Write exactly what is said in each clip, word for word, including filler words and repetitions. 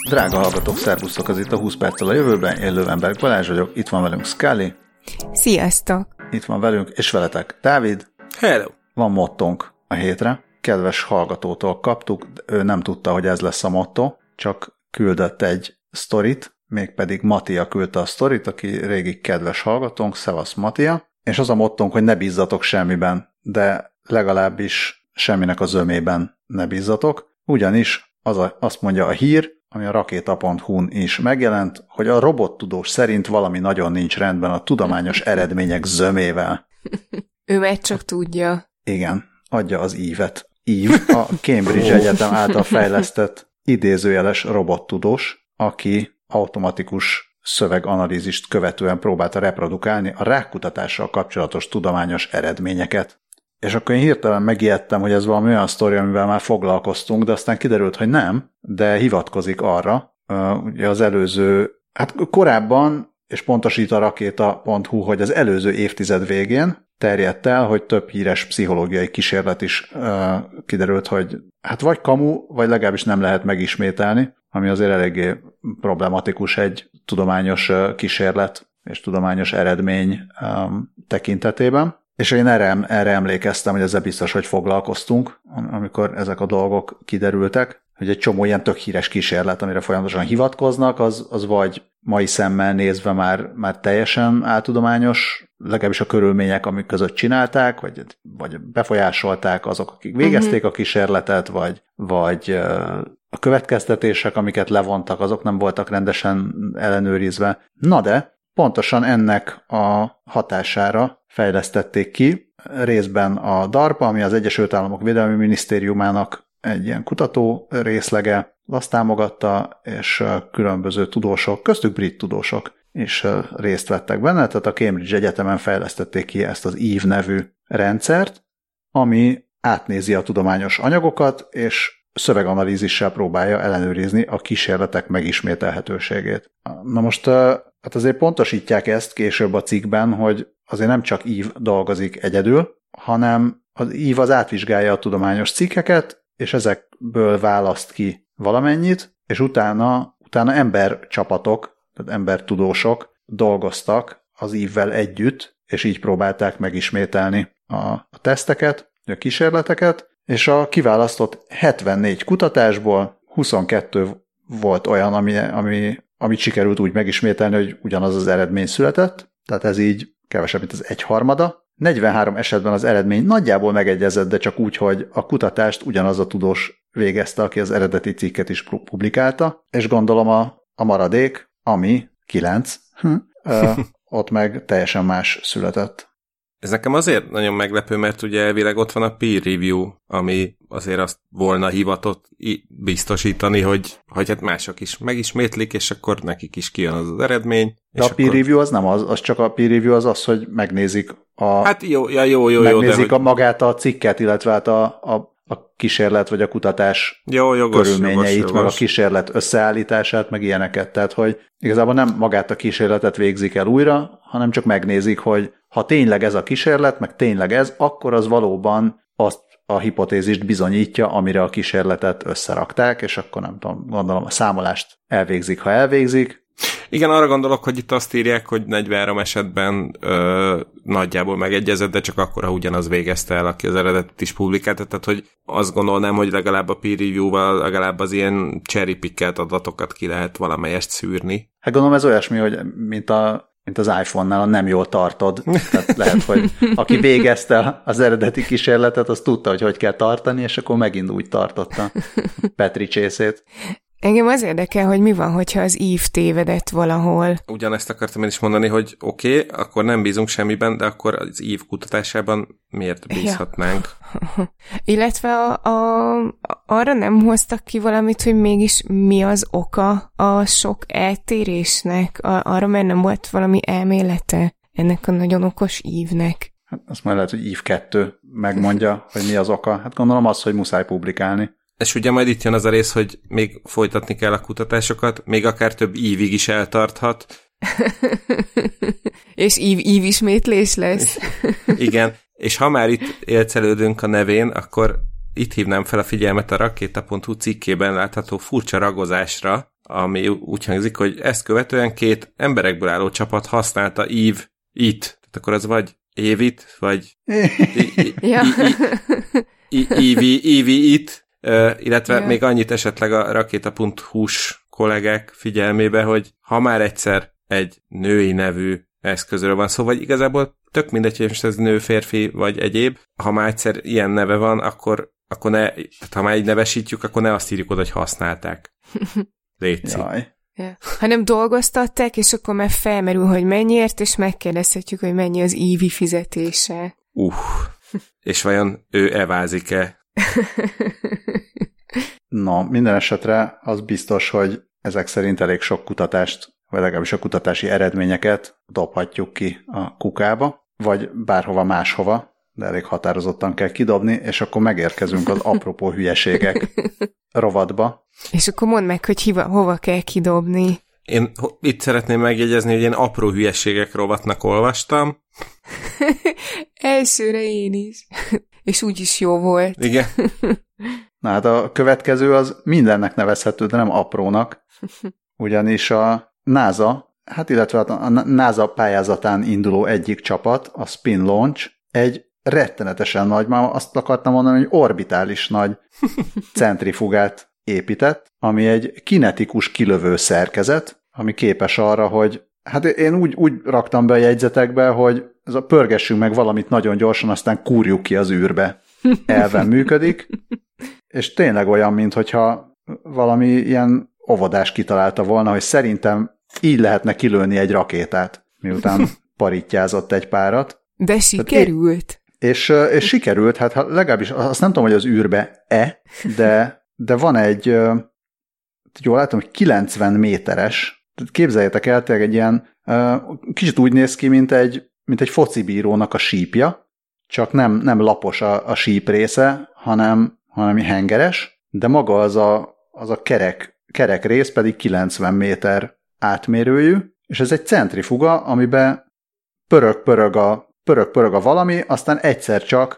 Drága hallgatók, szervusztok, az itt a húsz perccel a jövőben, én Löwenberg Balázs vagyok, itt van velünk Scully. Sziasztok! Itt van velünk, és veletek Dávid. Hello! Van mottónk a hétre. Kedves hallgatótól kaptuk, ő nem tudta, hogy ez lesz a motto, csak küldött egy sztorit, mégpedig Mattia küldte a sztorit, aki régi kedves hallgatónk, szevasz Mattia, és az a mottónk, hogy ne bízzatok semmiben, de legalábbis semminek a zömében ne bízzatok, ugyanis az a, azt mondja a hír, ami a rakéta pont hu-n is megjelent, hogy a robottudós szerint valami nagyon nincs rendben a tudományos eredmények zömével. Ő meg csak tudja. Igen, adja az ívet. Ív a Cambridge Egyetem által fejlesztett idézőjeles robottudós, aki automatikus szöveganalízist követően próbálta reprodukálni a rákkutatással kapcsolatos tudományos eredményeket. És akkor én hirtelen megijedtem, hogy ez valami olyan sztori, amivel már foglalkoztunk, de aztán kiderült, hogy nem, de hivatkozik arra, ugye az előző, hát korábban, és pontosít a rakéta pont hu, hogy az előző évtized végén terjedt el, hogy több híres pszichológiai kísérlet is uh, kiderült, hogy hát vagy kamu, vagy legalábbis nem lehet megismételni, ami azért eléggé problematikus egy tudományos uh, kísérlet és tudományos eredmény um, tekintetében. És én erre, erre emlékeztem, hogy ezzel biztos, hogy foglalkoztunk, amikor ezek a dolgok kiderültek, hogy egy csomó ilyen tök híres kísérlet, amire folyamatosan hivatkoznak, az, az vagy mai szemmel nézve már, már teljesen áltudományos, legalábbis a körülmények, amik között csinálták, vagy, vagy befolyásolták azok, akik végezték a kísérletet, vagy, vagy a következtetések, amiket levontak, azok nem voltak rendesen ellenőrizve. Na de, pontosan ennek a hatására fejlesztették ki, részben a DARPA, ami az Egyesült Államok Védelmi Minisztériumának egy ilyen kutató részlege, azt támogatta, és különböző tudósok, köztük brit tudósok is részt vettek benne, tehát a Cambridge Egyetemen fejlesztették ki ezt az ív nevű rendszert, ami átnézi a tudományos anyagokat, és szöveganalízissel próbálja ellenőrizni a kísérletek megismételhetőségét. Na most hát azért pontosítják ezt később a cikkben, hogy azért nem csak ív dolgozik egyedül, hanem az ív az átvizsgálja a tudományos cikkeket, és ezekből választ ki valamennyit, és utána, utána embercsapatok, tehát embertudósok dolgoztak az ívvel együtt, és így próbálták megismételni a, a teszteket, a kísérleteket, és a kiválasztott hetvennégy kutatásból huszonkettő volt olyan, ami, ami, amit sikerült úgy megismételni, hogy ugyanaz az eredmény született, tehát ez így kevesebb, mint az egyharmada. negyvenhárom esetben az eredmény nagyjából megegyezett, de csak úgy, hogy a kutatást ugyanaz a tudós végezte, aki az eredeti cikket is publikálta, és gondolom a, a maradék, ami kilenc, hm, ö, ott meg teljesen más született. Ez nekem azért nagyon meglepő, mert ugye elvileg ott van a peer review, ami azért azt volna hivatott biztosítani, hogy, hogy hát mások is megismétlik, és akkor nekik is kijön az az eredmény. De a peer akkor... review az nem az, az csak a peer review az az, hogy megnézik a... Hát jó, ja, jó, jó, megnézik jó, de a magát a cikket, illetve hát a, a, a kísérlet vagy a kutatás jó, jogos, körülményeit, jogos, meg jogos. a kísérlet összeállítását, meg ilyeneket. Tehát, hogy igazából nem magát a kísérletet végzik el újra, hanem csak megnézik, hogy ha tényleg ez a kísérlet, meg tényleg ez, akkor az valóban azt a hipotézist bizonyítja, amire a kísérletet összerakták, és akkor nem tudom, gondolom a számolást elvégzik, ha elvégzik. Igen, arra gondolok, hogy itt azt írják, hogy negyvenhárom esetben ö, nagyjából megegyezett, de csak akkor, ha ugyanaz végezte el, aki az eredetet is publikálta, tehát hogy azt gondolnám, hogy legalább a peer review-val legalább az ilyen cherry-pickelt adatokat ki lehet valamelyest szűrni. Hát gondolom ez olyasmi, hogy mint a mint az iPhone-nál, a nem jól tartod. Tehát lehet, hogy aki végezte az eredeti kísérletet, az tudta, hogy hogy kell tartani, és akkor megint úgy tartotta Petri csészét. Engem az érdekel, hogy mi van, hogyha az ív tévedett valahol. Ugyanezt akartam én is mondani, hogy oké, okay, akkor nem bízunk semmiben, de akkor az ív kutatásában miért bízhatnánk? Ja. Illetve a, a, arra nem hoztak ki valamit, hogy mégis mi az oka a sok eltérésnek? A, arra mert nem volt valami elmélete ennek a nagyon okos ívnek. Hát azt majd lehet, hogy ív kettő megmondja, hogy mi az oka. Hát gondolom az, hogy muszáj publikálni. És ugye majd itt jön az a rész, hogy még folytatni kell a kutatásokat, még akár több ívig is eltarthat. És ív, ív ismétlés lesz. Igen, és ha már itt élcelődünk a nevén, akkor itt hívnám fel a figyelmet a rakéta pont hu cikkében látható furcsa ragozásra, ami úgy hangzik, hogy ezt követően két emberekből álló csapat használta Eve it. Tehát akkor az vagy Eve-it, vagy Eve it, illetve még annyit esetleg a rakéta pont hu-s kollégák figyelmébe, hogy ha már egyszer egy női nevű eszközről van szó, vagy igazából tök mindegy, hogy most ez nő, férfi, vagy egyéb, ha már egyszer ilyen neve van, akkor, akkor ne, tehát ha már így nevesítjük, akkor ne azt írjuk oda, hogy használták. Léci. Ja. Hanem dolgoztatták, és akkor már felmerül, hogy mennyiért, és megkérdezhetjük, hogy mennyi az Eve fizetése. Uh, és vajon ő evázik-e? No, minden esetre az biztos, hogy ezek szerint elég sok kutatást, vagy legalábbis a kutatási eredményeket dobhatjuk ki a kukába, vagy bárhova máshova, de elég határozottan kell kidobni, és akkor megérkezünk az apropó hülyeségek rovatba. És akkor mondd meg, hogy hiva, hova kell kidobni. Én itt szeretném megjegyezni, hogy én apró hülyeségek rovatnak olvastam. Elsőre én is. És úgy is jó volt. Igen. Na hát a következő az mindennek nevezhető, de nem aprónak. Ugyanis a NASA, hát illetve a NASA pályázatán induló egyik csapat, a Spin Launch, egy rettenetesen nagy, már azt akartam mondani, hogy orbitális nagy centrifugát épített, ami egy kinetikus kilövő szerkezet, ami képes arra, hogy hát én úgy, úgy raktam be a jegyzetekbe, hogy ez a pörgessünk meg valamit nagyon gyorsan, aztán kúrjuk ki az űrbe. Elven működik, és tényleg olyan, mintha valami ilyen óvodás kitalálta volna, hogy szerintem így lehetne kilőni egy rakétát, miután parittyázott egy párat. De sikerült. És, és sikerült, hát legalábbis azt nem tudom, hogy az űrbe-e, de, de van egy, jól látom, hogy kilencven méteres, képzeljétek el, tényleg egy ilyen, kicsit úgy néz ki, mint egy, mint egy focibírónak a sípja, csak nem, nem lapos a, a síp része, hanem, hanem hengeres, de maga az a, az a kerek, kerek rész pedig kilencven méter átmérőjű, és ez egy centrifuga, amiben pörög-pörög a pörög-pörög a valami, aztán egyszer csak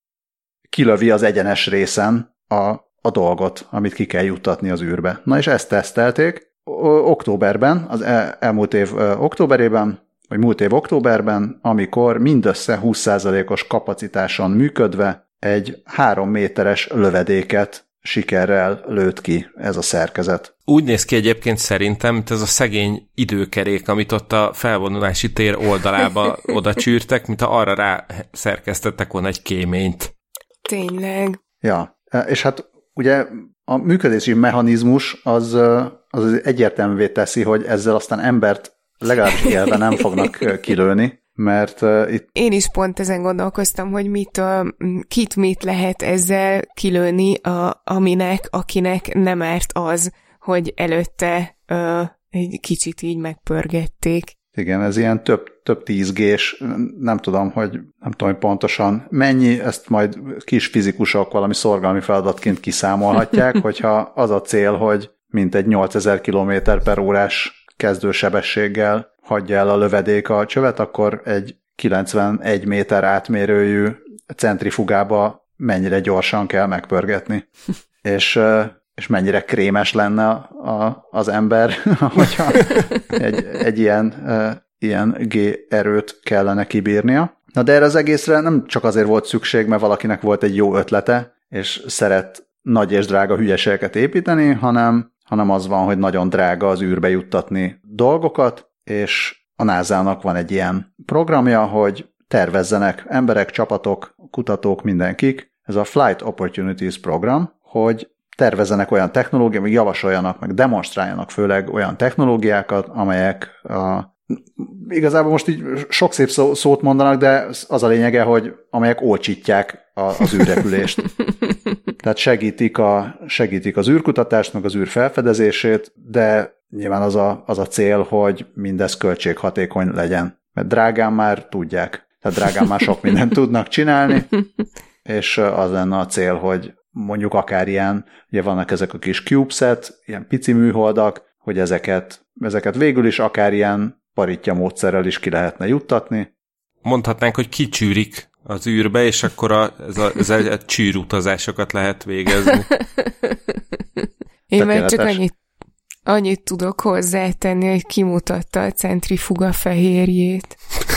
kilövi az egyenes részen a, a dolgot, amit ki kell juttatni az űrbe. Na és ezt tesztelték októberben, az el, elmúlt év októberében, vagy múlt év októberben, amikor mindössze húsz százalékos kapacitáson működve egy három méteres lövedéket sikerrel lőtt ki ez a szerkezet. Úgy néz ki egyébként szerintem, mint ez a szegény időkerék, amit ott a felvonulási tér oldalába oda csűrtek, mint ha arra rá szerkesztettek volna egy kéményt. Tényleg. Ja, és hát ugye a működési mechanizmus az, az egyértelművé teszi, hogy ezzel aztán embert legalábbis élve nem fognak kilőni, mert uh, itt... Én is pont ezen gondolkoztam, hogy mit, uh, kit mit lehet ezzel kilőni, uh, aminek, akinek nem árt az, hogy előtte uh, egy kicsit így megpörgették. Igen, ez ilyen több, több tízgés, nem tudom, hogy nem tudom, hogy pontosan mennyi, ezt majd kis fizikusok valami szorgalmi feladatként kiszámolhatják, hogyha az a cél, hogy mintegy nyolcezer kilométer per órás kezdősebességgel hagyja el a lövedék a csövet, akkor egy kilencvenegy méter átmérőjű centrifugába mennyire gyorsan kell megpörgetni. és, és mennyire krémes lenne a, az ember, hogyha egy, egy ilyen, ilyen G-erőt kellene kibírnia. Na de erre az egészre nem csak azért volt szükség, mert valakinek volt egy jó ötlete, és szeret nagy és drága hülyeségeket építeni, hanem, hanem az van, hogy nagyon drága az űrbe juttatni dolgokat, és a nászának van egy ilyen programja, hogy tervezzenek emberek, csapatok, kutatók, mindenkik. Ez a Flight Opportunities program, hogy tervezzenek olyan technológiát, meg javasoljanak, meg demonstráljanak főleg olyan technológiákat, amelyek a, igazából most így sok szép szó, szót mondanak, de az a lényege, hogy amelyek olcsítják a, az űrrepülést. Tehát segítik, a, segítik az űrkutatást, meg az űr felfedezését, de nyilván az a, az a cél, hogy mindez költséghatékony legyen. Mert drágán már tudják. Tehát drágán már sok mindent tudnak csinálni, és az lenne a cél, hogy mondjuk akár ilyen, ugye vannak ezek a kis CubeSat, ilyen pici műholdak, hogy ezeket, ezeket végül is akár ilyen paritja módszerrel is ki lehetne juttatni. Mondhatnánk, hogy kicsűrik az űrbe, és akkor a, ez a, ez a csűrutazásokat lehet végezni. Én már csak annyit Annyit tudok hozzátenni, hogy kimutatta a centrifuga fehérjét.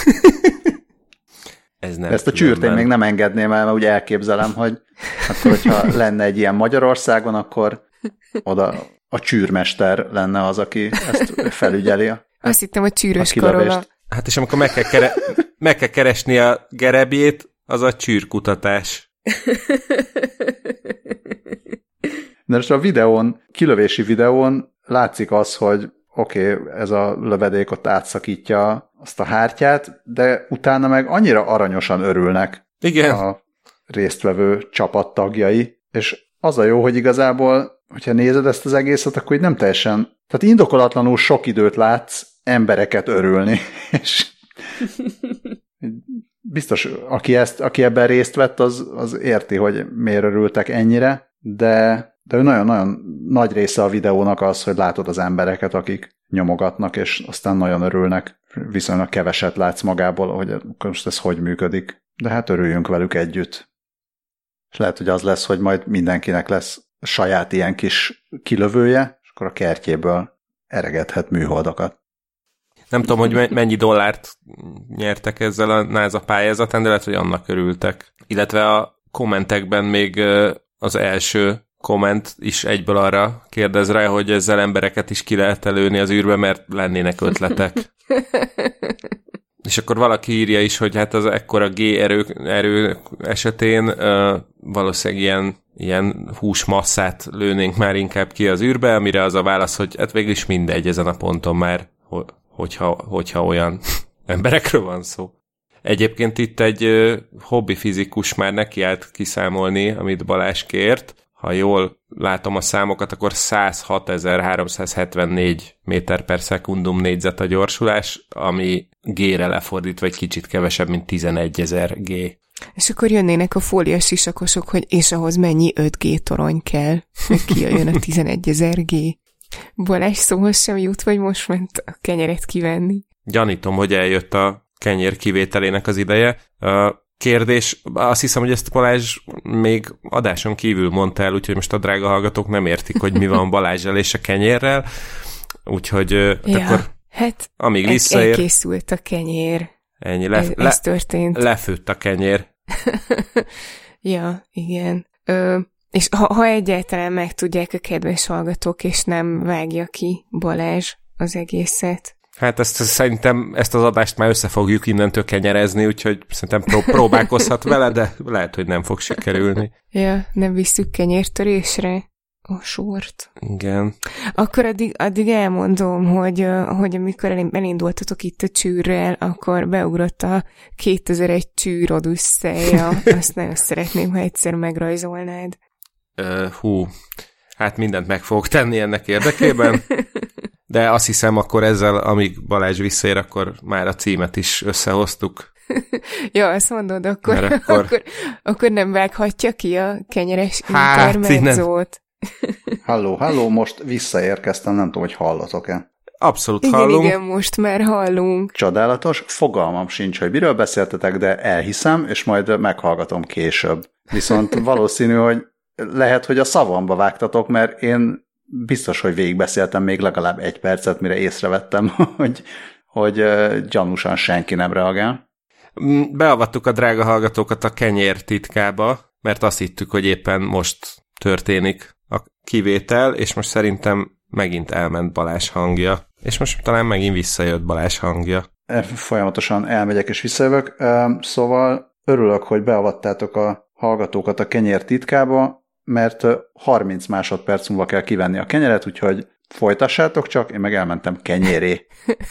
Ez nem Ezt a csűrt én még nem engedném el, mert úgy elképzelem, hogy akkor, hogyha lenne egy ilyen Magyarországon, akkor oda a csűrmester lenne az, aki ezt felügyeli. Azt hittem, hogy csűrös Karola. Hát és amikor meg kell, kere- meg kell keresni a gerebjét, az a csűrkutatás. De most a videón, kilövési videón látszik az, hogy oké, okay, ez a lövedék ott átszakítja azt a hártyát, de utána meg annyira aranyosan örülnek Igen. a résztvevő csapattagjai, és az a jó, hogy igazából, hogyha nézed ezt az egészet, akkor így nem teljesen, tehát indokolatlanul sok időt látsz embereket örülni, és biztos, aki, ezt, aki ebben részt vett, az, az érti, hogy miért örültek ennyire, de, de nagyon-nagyon nagy része a videónak az, hogy látod az embereket, akik nyomogatnak, és aztán nagyon örülnek. Viszonylag keveset látsz magából, hogy most ez hogy működik. De hát örüljünk velük együtt. És lehet, hogy az lesz, hogy majd mindenkinek lesz saját ilyen kis kilövője, és akkor a kertjéből eregethet műholdakat. Nem tudom, hogy mennyi dollárt nyertek ezzel a NASA pályázatán, de lehet, hogy annak örültek. Illetve a kommentekben még az első komment is egyből arra kérdez rá, hogy ezzel embereket is ki lehet előni az űrbe, mert lennének ötletek. És akkor valaki írja is, hogy hát az ekkora G-erő erő esetén uh, valószínűleg ilyen, ilyen húsmasszát lőnénk már inkább ki az űrbe, amire az a válasz, hogy hát végül is mindegy ezen a ponton már, hogyha, hogyha olyan emberekről van szó. Egyébként itt egy uh, hobbi fizikus már nekiállt kiszámolni, amit Balázs kért. Ha jól látom a számokat, akkor százhatezer-háromszázhetvennégy méter per szekundum négyzet a gyorsulás, ami G-re lefordítva egy kicsit kevesebb, mint tizenegyezer G. És akkor jönnének a fóliás sisakosok, hogy és ahhoz mennyi öt G torony kell, hogy kijön a tizenegyezer G. Balázs szóhoz sem jut, vagy most ment a kenyeret kivenni? Gyanítom, hogy eljött a kenyér kivételének az ideje. A kérdés, azt hiszem, hogy ezt Balázs még adáson kívül mondta el, úgyhogy most a drága hallgatók nem értik, hogy mi van Balázsral és a kenyérrel, úgyhogy ja, akkor hát amíg visszaér... elkészült a kenyér. Ennyi, le, ez, le, ez történt. Lefőtt a kenyér. Ja, igen. Ö, és ha, ha egyáltalán megtudják a kedves hallgatók, és nem vágja ki Balázs az egészet. Hát ezt szerintem ezt az adást már össze fogjuk innentől kenyerezni, úgyhogy szerintem pró- próbálkozhat vele, de lehet, hogy nem fog sikerülni. Ja, nem visszük kenyértörésre a sort. Igen. Akkor addig, addig elmondom, hogy, hogy amikor elindultatok itt a csűrrel, akkor beugrott a kétezer-egy csűr odüsszeja. Azt nagyon szeretném, ha egyszer megrajzolnád. Uh, hú, hát mindent meg fogok tenni ennek érdekében. De azt hiszem, akkor ezzel, amíg Balázs visszaér, akkor már a címet is összehoztuk. Ja, azt mondod, akkor, akkor... akkor, akkor nem vághatja ki a kenyeres hát, intermedzót. Halló, halló, most visszaérkeztem, nem tudom, hogy hallotok-e. Abszolút igen, hallunk. Igen, most már hallunk. Csodálatos, fogalmam sincs, hogy miről beszéltetek, de elhiszem, és majd meghallgatom később. Viszont valószínű, hogy lehet, hogy a szavamba vágtatok, mert én biztos, hogy végigbeszéltem még legalább egy percet, mire észrevettem, hogy, hogy gyanúsan senki nem reagál. Beavattuk a drága hallgatókat a kenyér titkába, mert azt hittük, hogy éppen most történik a kivétel, és most szerintem megint elment Balázs hangja. És most talán megint visszajött Balázs hangja. Folyamatosan elmegyek és visszajövök. Szóval örülök, hogy beavattátok a hallgatókat a kenyér titkába, mert harminc másodperc múlva kell kivenni a kenyeret, úgyhogy folytassátok csak, én meg elmentem kenyéré.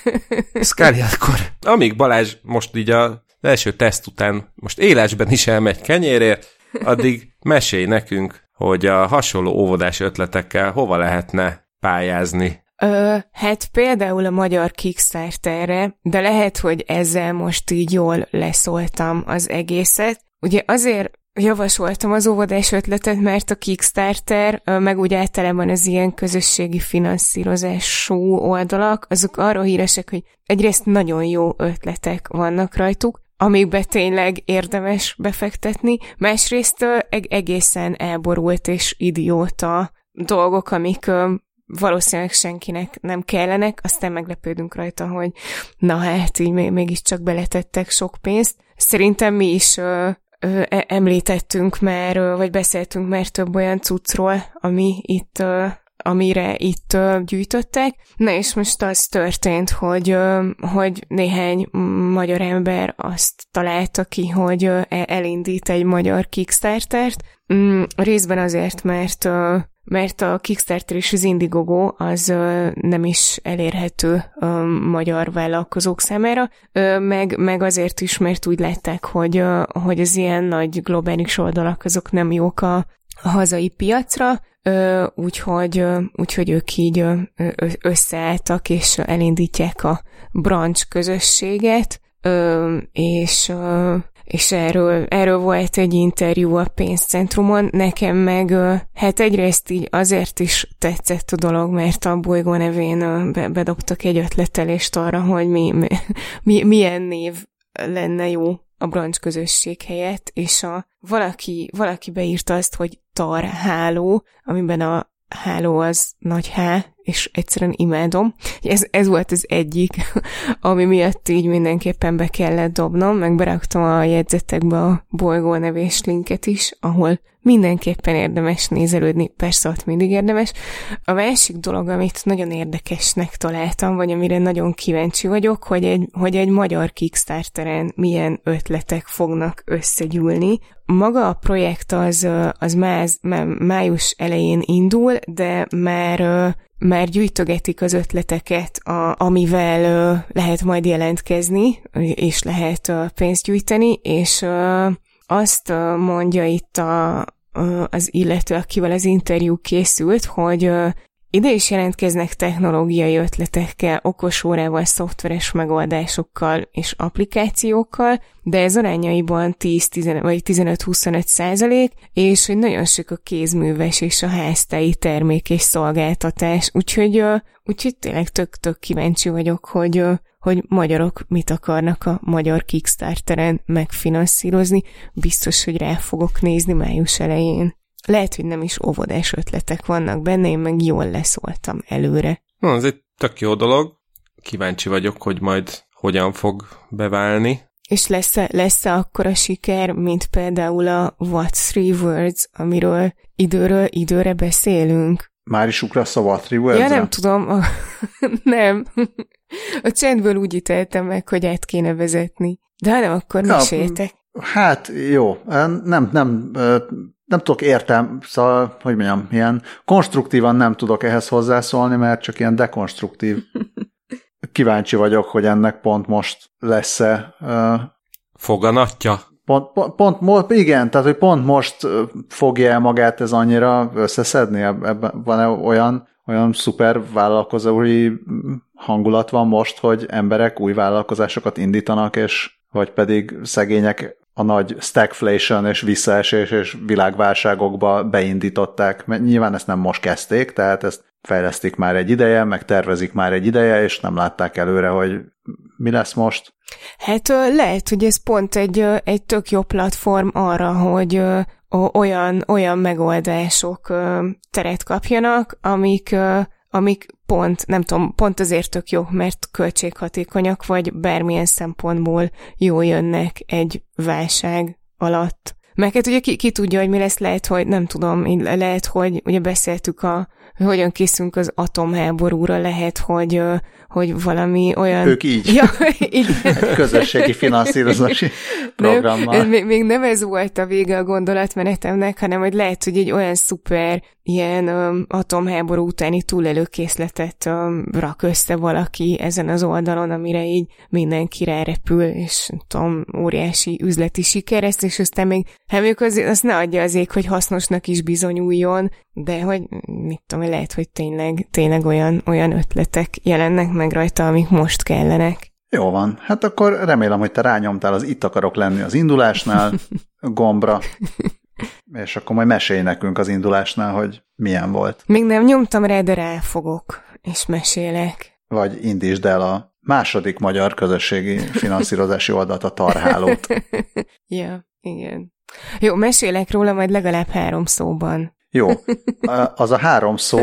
Szkáli, akkor amíg Balázs most így az első teszt után most élesben is elmegy kenyéré, addig mesélj nekünk, hogy a hasonló óvodás ötletekkel hova lehetne pályázni. Ö, hát például a magyar Kickstarterre, de lehet, hogy ezzel most így jól leszóltam az egészet. Ugye azért javasoltam az óvodás ötletet, mert a Kickstarter, meg úgy általában az ilyen közösségi finanszírozású oldalak, azok arról híresek, hogy egyrészt nagyon jó ötletek vannak rajtuk, amikbe tényleg érdemes befektetni, másrészt egészen elborult és idióta dolgok, amik valószínűleg senkinek nem kellenek, aztán meglepődünk rajta, hogy na hát, így mégiscsak beletettek sok pénzt. Szerintem mi is ö, ö, említettünk már, ö, vagy beszéltünk már több olyan cuccról, ami itt... Ö, amire itt uh, gyűjtöttek. Na és most az történt, hogy, uh, hogy néhány magyar ember azt találta ki, hogy uh, elindít egy magyar Kickstartert. Mm, részben azért, mert, uh, mert a Kickstarter és az Indiegogo az uh, nem is elérhető uh, magyar vállalkozók számára, uh, meg, meg azért is, mert úgy látták, hogy, uh, hogy az ilyen nagy globális oldalak azok nem jók a, a hazai piacra, úgyhogy, úgyhogy ők így összeálltak, és elindítják a branch közösséget, és, és erről, erről volt egy interjú a pénzcentrumon. Nekem meg hát egyrészt így azért is tetszett a dolog, mert a bolygó nevén bedobtak egy ötletelést arra, hogy mi, mi, milyen név lenne jó a branch közösség helyett, és a, valaki, valaki beírta azt, hogy tarháló, amiben a háló az nagy H, és egyszerűen imádom. Ez, ez volt az egyik, ami miatt így mindenképpen be kellett dobnom, meg beraktam a jegyzetekbe a bolygó nevés linket is, ahol mindenképpen érdemes nézelődni, persze ott mindig érdemes. A másik dolog, amit nagyon érdekesnek találtam, vagy amire nagyon kíváncsi vagyok, hogy egy, hogy egy magyar Kickstarteren milyen ötletek fognak összegyűlni. Maga a projekt az, az máz, május elején indul, de már már gyűjtögetik az ötleteket, a, amivel uh, lehet majd jelentkezni, és lehet uh, pénzt gyűjteni, és uh, azt uh, mondja itt a, uh, az illető, akivel az interjú készült, hogy uh, ide is jelentkeznek technológiai ötletekkel, okosórával, szoftveres megoldásokkal és applikációkkal, de ez arányaiban tíz-tizenöt vagy tizenöt-huszonöt százalék, és hogy nagyon sok a kézműves és a háztáji termék és szolgáltatás, úgyhogy, úgyhogy tényleg tök-tök kíváncsi vagyok, hogy, hogy magyarok mit akarnak a magyar Kickstarteren megfinanszírozni. Biztos, hogy rá fogok nézni május elején. Lehet, hogy nem is óvodás ötletek vannak benne, én meg jól leszóltam előre. Na, ez egy tök jó dolog. Kíváncsi vagyok, hogy majd hogyan fog beválni. És lesz-e, lesz-e akkora siker, mint például a What's Three Words, amiről időről időre beszélünk? Már is ugrasz a What Three Words-re? Ja, nem tudom. A... nem. A csendből úgy ítéltem meg, hogy át kéne vezetni. De ha nem, akkor ja, meséltek. Hát jó, nem, nem, nem tudok értem, szóval, hogy mondjam, ilyen konstruktívan nem tudok ehhez hozzászólni, mert csak ilyen dekonstruktív. Kíváncsi vagyok, hogy ennek pont most lesz-e foganatja. Pont, pont, pont, igen, tehát, hogy pont most fogja el magát ez annyira összeszedni? Ebben van-e olyan, olyan szuper vállalkozói hangulat van most, hogy emberek új vállalkozásokat indítanak, és vagy pedig szegények a nagy stagflation és visszaesés és világválságokba beindították, mert nyilván ezt nem most kezdték, tehát ezt fejlesztik már egy ideje, meg tervezik már egy ideje, és nem látták előre, hogy mi lesz most. Hát lehet, hogy ez pont egy, egy tök jó platform arra, hogy olyan, olyan megoldások teret kapjanak, amik, amik pont, nem tudom, pont azért tök jó, mert költséghatékonyak, vagy bármilyen szempontból jól jönnek egy válság alatt. Meg hát ugye ki, ki tudja, hogy mi lesz, lehet, hogy nem tudom, lehet, hogy ugye beszéltük a hogy hogyan készülünk az atomháborúra, lehet, hogy, hogy valami olyan... Ők így. Ja, igen. Egy közösségi finanszírozási programmal. Nem, még, még nem ez volt a vége a gondolatmenetemnek, hanem hogy lehet, hogy egy olyan szuper ilyen um, atomháború utáni túlelőkészletet um, rak össze valaki ezen az oldalon, amire így mindenki rárepül, és tudom, óriási üzleti siker ezt, és aztán még, hát még az, azt ne adja az ég, hogy hasznosnak is bizonyuljon, de hogy mit tudom, lehet, hogy tényleg, tényleg olyan, olyan ötletek jelennek meg rajta, amik most kellenek. Jó van, hát akkor remélem, hogy te rányomtál az itt akarok lenni az indulásnál gombra, és akkor majd mesélj nekünk az indulásnál, hogy milyen volt. Még nem nyomtam rá, de rá fogok, és mesélek. Vagy indítsd el a második magyar közösségi finanszírozási oldalt, a Tarhálót. Ja, igen. Jó, mesélek róla majd legalább három szóban. Jó, az a három szó,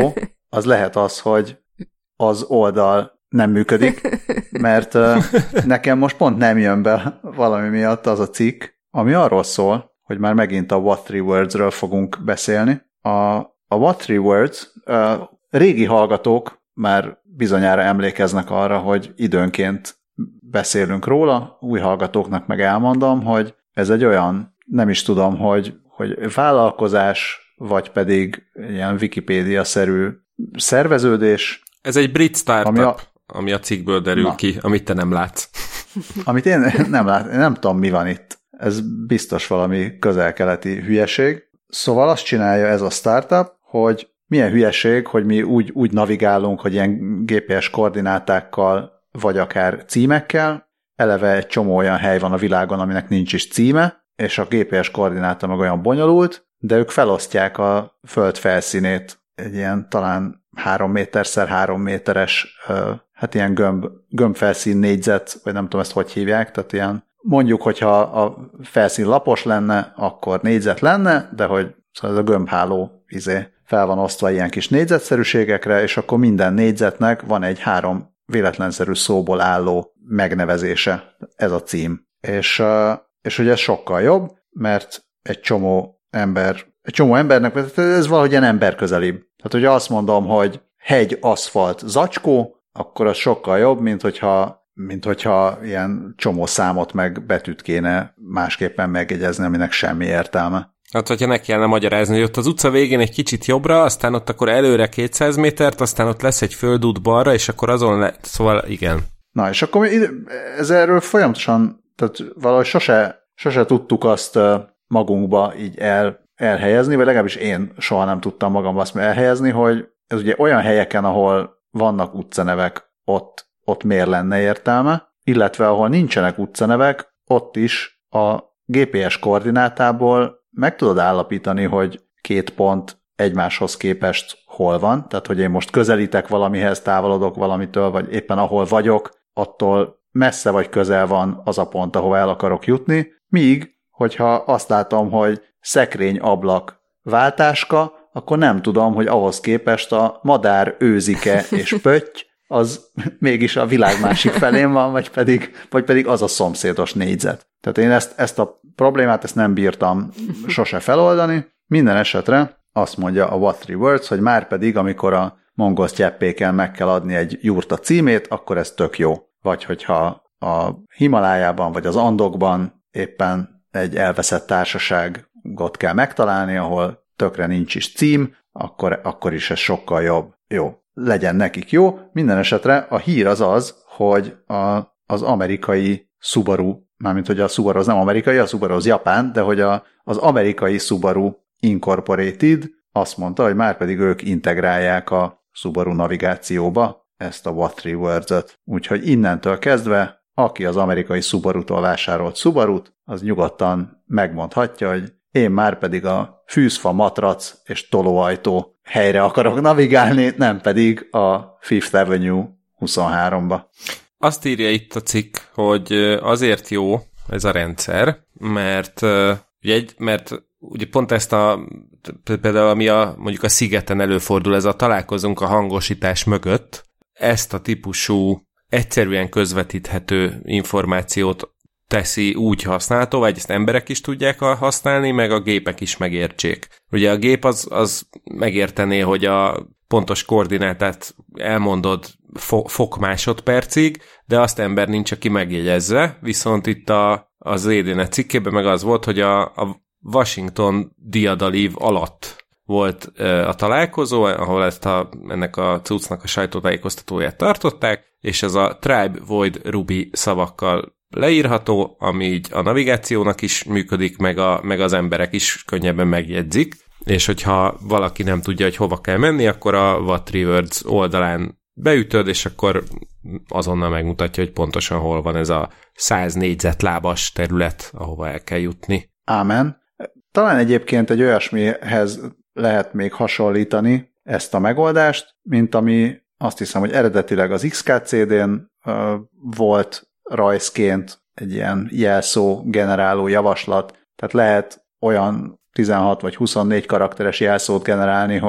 az lehet az, hogy az oldal nem működik, mert uh, nekem most pont nem jön be valami miatt az a cikk, ami arról szól, hogy már megint a What Three Words-ről fogunk beszélni. A, a What Three Words, uh, régi hallgatók már bizonyára emlékeznek arra, hogy időnként beszélünk róla, új hallgatóknak meg elmondom, hogy ez egy olyan, nem is tudom, hogy, hogy vállalkozás, vagy pedig ilyen Wikipédia-szerű szerveződés. Ez egy brit startup, ami a, ami a cikkből derül na, ki, amit te nem látsz. Amit én nem lát, nem tudom, mi van itt. Ez biztos valami közel-keleti hülyeség. Szóval azt csinálja ez a startup, hogy milyen hülyeség, hogy mi úgy, úgy navigálunk, hogy ilyen gé pé es koordinátákkal, vagy akár címekkel. Eleve egy csomó olyan hely van a világon, aminek nincs is címe, és a gé pé es koordináta meg olyan bonyolult, de ők felosztják a föld felszínét egy ilyen talán három méterszer három méteres, hát ilyen gömb, gömbfelszín négyzet, vagy nem tudom ezt hogy hívják, tehát ilyen mondjuk, hogyha a felszín lapos lenne, akkor négyzet lenne, de hogy szóval ez a gömbháló izé fel van osztva ilyen kis négyzetszerűségekre, és akkor minden négyzetnek van egy három véletlenszerű szóból álló megnevezése, ez a cím. És, és ugye ez sokkal jobb, mert egy csomó ember, egy csomó embernek, ez valahogy ilyen emberközelibb. Tehát, hogyha azt mondom, hogy hegy, aszfalt, zacskó, akkor az sokkal jobb, mint hogyha, mint hogyha ilyen csomó számot meg betűt kéne másképpen megjegyezni, aminek semmi értelme. Hát, hogyha neki kellene magyarázni, hogy ott az utca végén egy kicsit jobbra, aztán ott akkor előre kétszáz métert, aztán ott lesz egy földút balra, és akkor azon le... Szóval igen. Na, és akkor ez erről folyamatosan, tehát valahogy sose, sose tudtuk azt magunkba így el, elhelyezni, vagy legalábbis én soha nem tudtam magamba azt elhelyezni, hogy ez ugye olyan helyeken, ahol vannak utcanevek, ott, ott miért lenne értelme, illetve ahol nincsenek utcanevek, ott is a gé pé es koordinátából meg tudod állapítani, hogy két pont egymáshoz képest hol van, tehát hogy én most közelítek valamihez, távolodok valamitől, vagy éppen ahol vagyok, attól messze vagy közel van az a pont, ahova el akarok jutni, míg, hogyha azt látom, hogy szekrény, ablak, váltáska, akkor nem tudom, hogy ahhoz képest a madár, őzike és pötty, az mégis a világ másik felén van, vagy pedig, vagy pedig az a szomszédos négyzet. Tehát én ezt, ezt a problémát, ezt nem bírtam sose feloldani. Minden esetre azt mondja a What Three Words, hogy már pedig, amikor a mongol sztyeppéken meg kell adni egy jurta címét, akkor ez tök jó. Vagy hogyha a Himalájában, vagy az Andokban éppen egy elveszett társaságot kell megtalálni, ahol tökre nincs is cím, akkor, akkor is ez sokkal jobb. Jó, legyen nekik jó. Minden esetre a hír az az, hogy a, az amerikai Subaru, mármint hogy a Subaru az nem amerikai, a Subaru az japán, de hogy a, az amerikai Subaru Incorporated azt mondta, hogy már pedig ők integrálják a Subaru navigációba ezt a What Three Words-öt. Úgyhogy innentől kezdve, aki az amerikai Subaru-tól vásárolt Subarut, az nyugodtan megmondhatja, hogy én már pedig a fűzfa, matrac és tolóajtó helyre akarok navigálni, nem pedig a Fifth Avenue huszonháromba. Azt írja itt a cikk, hogy azért jó ez a rendszer, mert, ugye, mert ugye pont ezt a, például ami a, mondjuk a szigeten előfordul, ez a találkozunk a hangosítás mögött, ezt a típusú egyszerűen közvetíthető információt teszi úgy használható, vagy ezt emberek is tudják használni, meg a gépek is megértsék. Ugye a gép az, az megértené, hogy a pontos koordinátát elmondod fo- fok másodpercig, de azt ember nincs, aki megjegyezze, viszont itt a, az é dé net cikkében meg az volt, hogy a, a Washington diadalív alatt volt e, a találkozó, ahol ezt a, ennek a cuccnak a sajtótájékoztatóját tartották, és ez a Tribe Void Ruby szavakkal leírható, ami így a navigációnak is működik, meg, a, meg az emberek is könnyebben megjegyzik, és hogyha valaki nem tudja, hogy hova kell menni, akkor a What Three Words oldalán beütöd, és akkor azonnal megmutatja, hogy pontosan hol van ez a száz négyzetlábas terület, ahova el kell jutni. Ámen. Talán egyébként egy olyasmihez lehet még hasonlítani ezt a megoldást, mint ami azt hiszem, hogy eredetileg az iksz ká cé dén uh, volt rajzként egy ilyen jelszó generáló javaslat, tehát lehet olyan tizenhat vagy huszonnégy karakteres jelszót generálni, hogy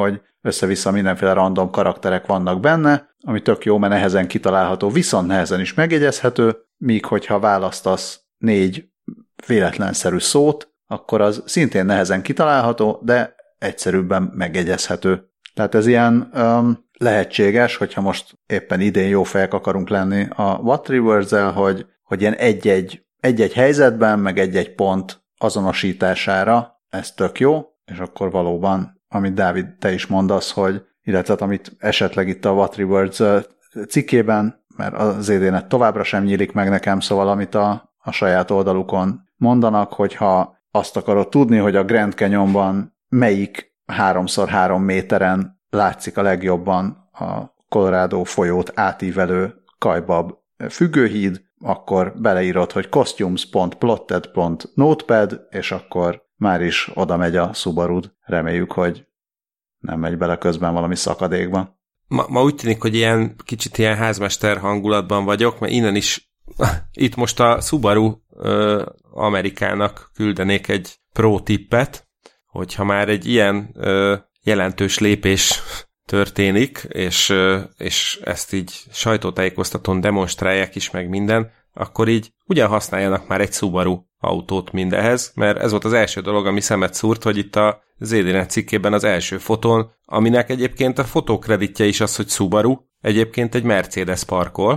össze-vissza mindenféle random karakterek vannak benne, ami tök jó, mert nehezen kitalálható, viszont nehezen is megjegyezhető, míg hogyha választasz négy véletlenszerű szót, akkor az szintén nehezen kitalálható, de egyszerűbben megjegyezhető. Tehát ez ilyen um, lehetséges, hogyha most éppen idén jó fejek akarunk lenni a What Three Words-el, hogy, hogy ilyen egy-egy, egy-egy helyzetben, meg egy-egy pont azonosítására ez tök jó, és akkor valóban, amit Dávid, te is mondasz, hogy illetve amit esetleg itt a What Three Words cikkében, mert az zé dé net továbbra sem nyílik meg nekem, szóval amit a, a saját oldalukon mondanak, hogyha azt akarod tudni, hogy a Grand Canyonban melyik háromszor három méteren látszik a legjobban a Colorado folyót átívelő Kaibab függőhíd, akkor beleírod, hogy costumes dot plotted dot notepad, és akkor már is oda megy a Subarud. Reméljük, hogy nem megy bele közben valami szakadékba. Ma, ma úgy tűnik, hogy ilyen kicsit ilyen házmester hangulatban vagyok, mert innen is itt most a Subaru ö, Amerikának küldenék egy pro tippet, hogyha már egy ilyen ö, jelentős lépés történik, és, ö, és ezt így sajtótájékoztatón demonstrálják is meg minden, akkor így ugyan használjanak már egy Subaru autót mindehez, mert ez volt az első dolog, ami szemet szúrt, hogy itt a zé dé net cikkében az első fotón, aminek egyébként a fotókreditje is az, hogy Subaru, egyébként egy Mercedes parkol,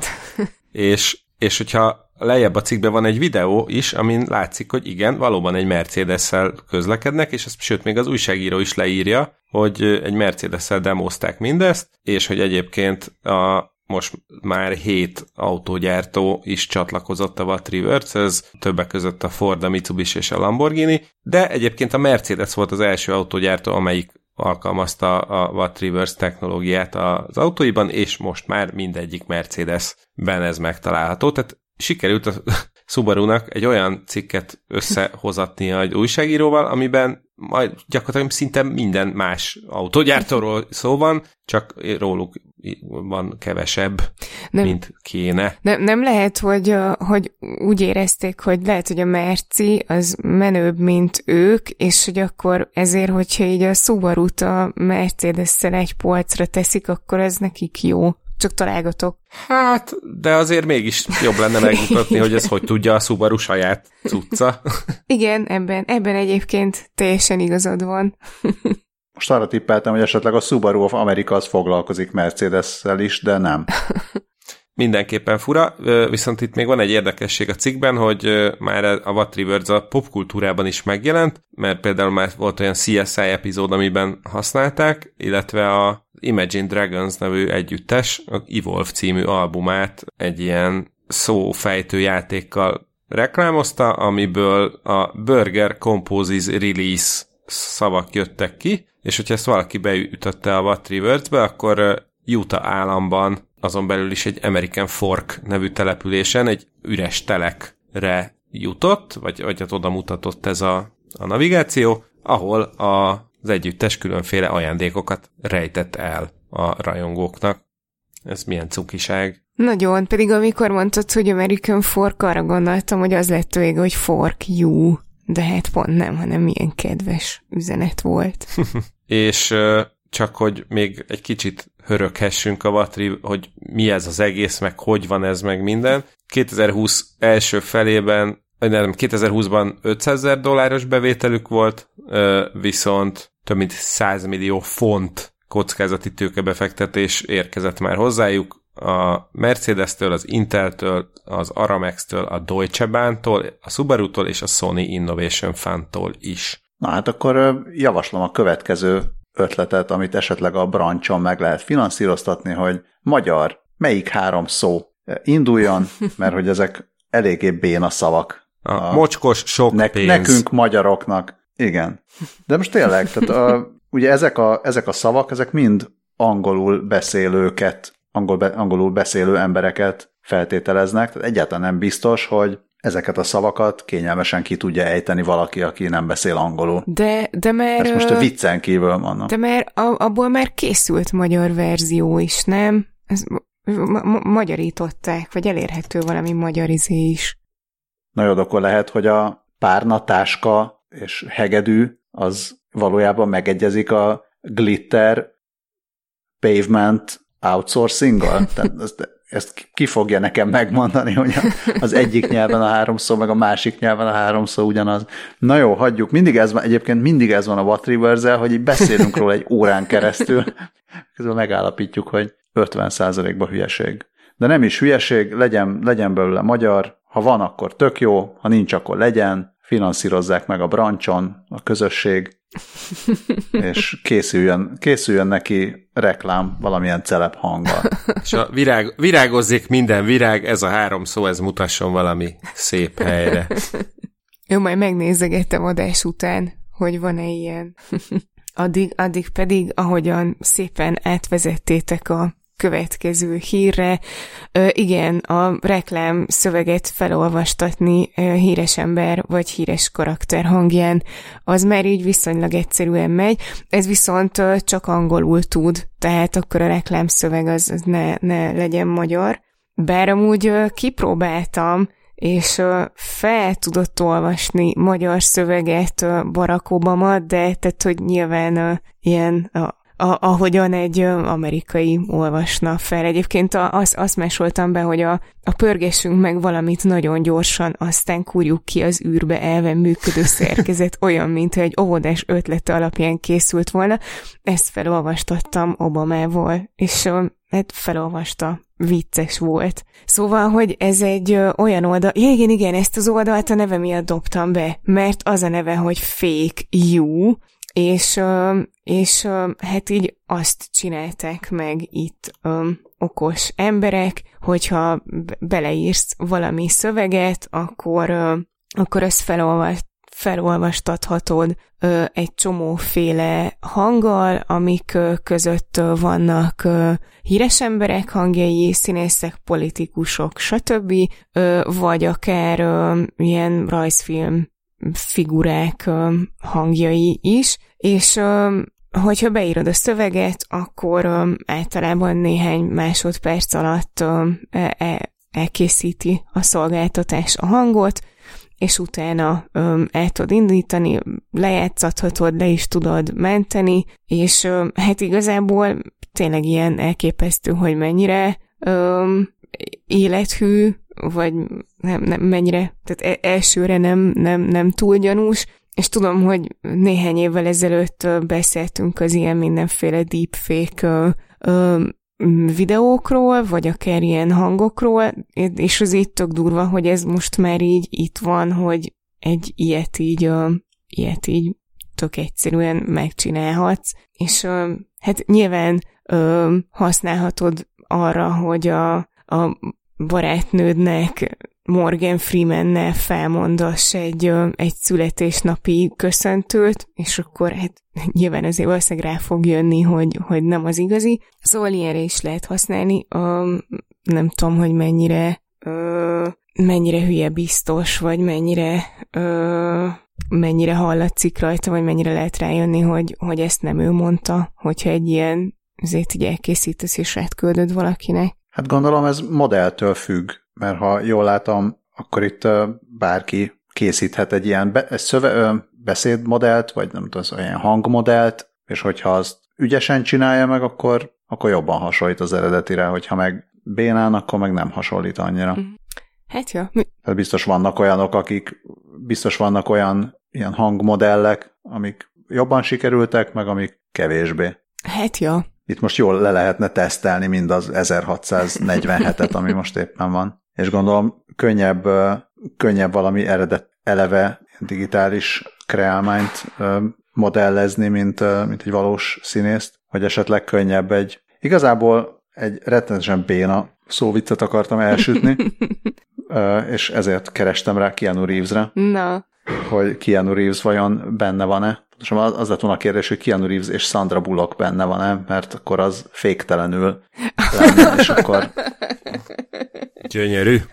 és, és hogyha lejjebb a cikkben van egy videó is, amin látszik, hogy igen, valóban egy Mercedes-szel közlekednek, és ezt sőt még az újságíró is leírja, hogy egy Mercedes-szel demozták mindezt, és hogy egyébként a most már hét autógyártó is csatlakozott a What Three Words-hez, többek között a Ford, a Mitsubishi és a Lamborghini, de egyébként a Mercedes volt az első autógyártó, amelyik alkalmazta a What Three Words technológiát az autóiban, és most már mindegyik Mercedes-ben ez megtalálható. Tehát sikerült a Subarunak egy olyan cikket összehozatnia egy újságíróval, amiben majd gyakorlatilag szinte minden más autógyártóról szó van, csak róluk van kevesebb, nem, mint kéne. Nem, nem lehet, hogy, hogy úgy érezték, hogy lehet, hogy a Merci az menőbb, mint ők, és hogy akkor ezért, hogyha így a Subarut a Mercedes-szel egy polcra teszik, akkor ez nekik jó. Csak találgatok. Hát, de azért mégis jobb lenne megmutatni, hogy ez hogy tudja a Subaru saját cucca. Igen, ebben, ebben egyébként teljesen igazad van. Most arra tippeltem, hogy esetleg a Subaru of America az foglalkozik Mercedes-szel is, de nem. Mindenképpen fura, viszont itt még van egy érdekesség a cikkben, hogy már a What Three Words a popkultúrában is megjelent, mert például már volt olyan cé es i epizód, amiben használták, illetve a Imagine Dragons nevű együttes, a Evolve című albumát egy ilyen szófejtő játékkal reklámozta, amiből a Burger Composes Release szavak jöttek ki, és hogyha ezt valaki beütötte a What Three Words-be, akkor Utah államban azon belül is egy American Fork nevű településen egy üres telekre jutott, vagy, vagy hát oda mutatott ez a, a navigáció, ahol a, az együttes különféle ajándékokat rejtett el a rajongóknak. Ez milyen cukiság. Nagyon, pedig amikor mondtad, hogy American Fork, arra gondoltam, hogy az lett vége, hogy Fork you, de hát pont nem, hanem milyen kedves üzenet volt. És csak hogy még egy kicsit höröghessünk a What Three, hogy mi ez az egész, meg hogy van ez, meg minden. kétezer-húsz első felében, nem, kétezer-húszban ötszázezer dolláros bevételük volt, viszont több mint száz millió font kockázati tőkebefektetés érkezett már hozzájuk a Mercedes-től, az Intel-től, az Aramex-től, a Deutsche Bahn-tól, a Subaru-tól és a Sony Innovation Fund-tól is. Na hát akkor javaslom a következő ötletet, amit esetleg a brancson meg lehet finanszíroztatni, hogy magyar, melyik három szó induljon, mert hogy ezek eléggé béna szavak. A, a mocskos sok ne- pénz. Nekünk magyaroknak. Igen. De most tényleg, tehát a, ugye ezek a, ezek a szavak, ezek mind angolul beszélőket, angol be, angolul beszélő embereket feltételeznek, tehát egyáltalán nem biztos, hogy ezeket a szavakat kényelmesen ki tudja ejteni valaki, aki nem beszél angolul. De, de mert... Ezt most a viccen kívül mondom. De mert abból már készült magyar verzió is, nem? Ezt ma- ma- magyarították, vagy elérhető valami magyar izé is. Na jó, akkor lehet, hogy a párna, táska és hegedű az valójában megegyezik a glitter pavement outsourcing-gal? Tehát ezt, ezt ki fogja nekem megmondani, hogy az egyik nyelven a három szó, meg a másik nyelven a három szó ugyanaz. Na jó, hagyjuk. Mindig ez van, egyébként mindig ez van a What Rivers-el, hogy így beszélünk róla egy órán keresztül, közben megállapítjuk, hogy ötven százalékban hülyeség. De nem is hülyeség, legyen, legyen belőle magyar, ha van, akkor tök jó, ha nincs, akkor legyen, finanszírozzák meg a brancson, a közösség, és készüljön, készüljön neki reklám valamilyen celeb hanggal. És a virág, virágozzék minden virág, ez a három szó, ez mutasson valami szép helyre. Jó, majd megnézegettem adás után, hogy van-e ilyen. Addig, addig pedig, ahogyan szépen átvezettétek a következő hírre. Ö, igen, a reklám szöveget felolvastatni ö, híres ember vagy híres karakter hangján, az már így viszonylag egyszerűen megy. Ez viszont ö, csak angolul tud, tehát akkor a reklám szöveg az, az ne, ne legyen magyar. Bár amúgy ö, kipróbáltam, és ö, fel tudott olvasni magyar szöveget ö, Barack Obama, de tehát, hogy nyilván ö, ilyen a A, ahogyan egy amerikai olvasna fel. Egyébként azt az másoltam be, hogy a, a pörgessünk meg valamit nagyon gyorsan, aztán kúrjuk ki az űrbe elven működő szerkezet, olyan, mint egy óvodás ötlete alapján készült volna. Ezt felolvastattam Obamával, és hát felolvasta. Vicces volt. Szóval, hogy ez egy ö, olyan oldal, ja, igen, igen, ezt az oldalt a neve miatt dobtam be, mert az a neve, hogy Fake You, és, ö, és ö, hát így azt csinálták meg itt ö, okos emberek, hogyha beleírsz valami szöveget, akkor, ö, akkor ezt felolvas, felolvastathatod ö, egy csomóféle hanggal, amik ö, között ö, vannak ö, híres emberek hangjai, színészek, politikusok, stb. Ö, vagy akár ö, ilyen rajzfilm figurák ö, hangjai is, és ö, hogyha beírod a szöveget, akkor ö, általában néhány másodperc alatt ö, e, elkészíti a szolgáltatás a hangot, és utána ö, el tudod indítani, lejátszathatod, le is tudod menteni, és ö, hát igazából tényleg ilyen elképesztő, hogy mennyire ö, élethű, vagy nem, nem mennyire, tehát elsőre nem, nem, nem túl gyanús, és tudom, hogy néhány évvel ezelőtt beszéltünk az ilyen mindenféle deepfake ö, ö, videókról, vagy akár ilyen hangokról, és az így tök durva, hogy ez most már így itt van, hogy egy ilyet így, ö, ilyet így tök egyszerűen megcsinálhatsz, és ö, hát nyilván ö, használhatod arra, hogy a, a barátnődnek Morgan Freemannel felmondass egy, egy születésnapi köszöntőt, és akkor hát nyilván azért valószínűleg rá fog jönni, hogy, hogy nem az igazi. Szóval ilyenre is lehet használni. Um, nem tudom, hogy mennyire uh, mennyire hülye biztos, vagy mennyire uh, mennyire hallatszik rajta, vagy mennyire lehet rájönni, hogy, hogy ezt nem ő mondta, hogyha egy ilyen azért így elkészítesz és átküldöd valakinek. Hát gondolom ez modelltől függ, mert ha jól látom, akkor itt bárki készíthet egy ilyen be, szöve, beszédmodellt, vagy nem tudom, olyan hangmodellt, és hogyha azt ügyesen csinálja meg, akkor, akkor jobban hasonlít az eredetire, hogyha meg bénán, akkor meg nem hasonlít annyira. Hát jó. Tehát biztos vannak olyanok, akik, biztos vannak olyan ilyen hangmodellek, amik jobban sikerültek, meg amik kevésbé. Hát jó. Itt most jól le lehetne tesztelni mind az ezerhatszáznegyvenhetet, ami most éppen van. És gondolom, könnyebb, könnyebb valami eredet eleve digitális kreálmányt modellezni, mint, mint egy valós színészt, vagy esetleg könnyebb egy... Igazából egy rettenetesen béna szóviccet akartam elsütni, és ezért kerestem rá Keanu Reevesre, Na. hogy Keanu Reeves vajon benne van-e. Az lett volna a kérdés, hogy Keanu Reeves és Sandra Bullock benne van-e, mert akkor az féktelenül lenne, és akkor... Gyönyörű.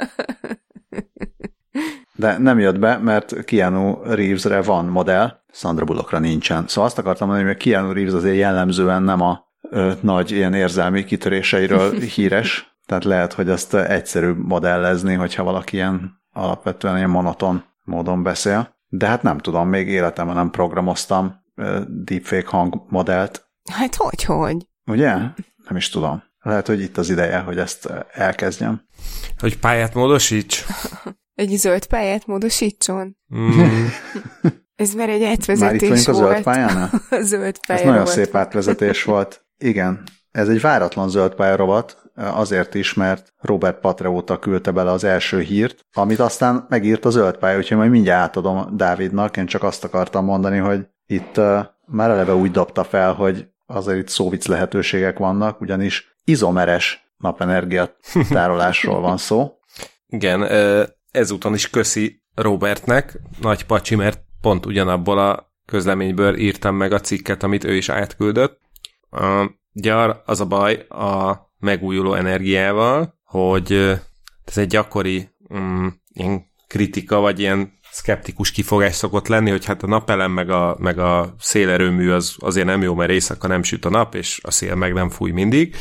De nem jött be, mert Keanu Reevesre van modell, Sandra Bullockra nincsen. Szóval azt akartam mondani, hogy Keanu Reeves azért jellemzően nem a ö, nagy ilyen érzelmi kitöréseiről híres, tehát lehet, hogy azt egyszerűbb modellezni, hogyha valaki ilyen alapvetően ilyen monoton módon beszél. De hát nem tudom, még életemben nem programoztam uh, deepfake hangmodellt. Hát hogy, hogy? Ugye? Nem is tudom. Lehet, hogy itt az ideje, hogy ezt elkezdjem. Hogy pályát módosíts? Egy zöld pályát módosítson? Mm. Ez már egy átvezetés már itt vagyunk volt. a zöld pályánál? A zöld pálya Ez nagyon rovat. szép átvezetés volt. Igen. Ez egy váratlan zöld pályarovat, azért is, mert Robert Patrióta küldte bele az első hírt, amit aztán megírt a zöld pálya, úgyhogy majd mindjárt átadom Dávidnak. Én csak azt akartam mondani, hogy itt uh, már eleve úgy dobta fel, hogy azért itt szóvic lehetőségek vannak, ugyanis izomeres napenergia tárolásról van szó. Igen, ezúton is köszi Robertnek, nagy pacsi, mert pont ugyanabból a közleményből írtam meg a cikket, amit ő is átküldött. Ugye az a baj a megújuló energiával, hogy ez egy gyakori um, ilyen kritika, vagy ilyen szkeptikus kifogás szokott lenni, hogy hát a napelem meg a, meg a szélerőmű az azért nem jó, mert éjszaka nem süt a nap, és a szél meg nem fúj mindig.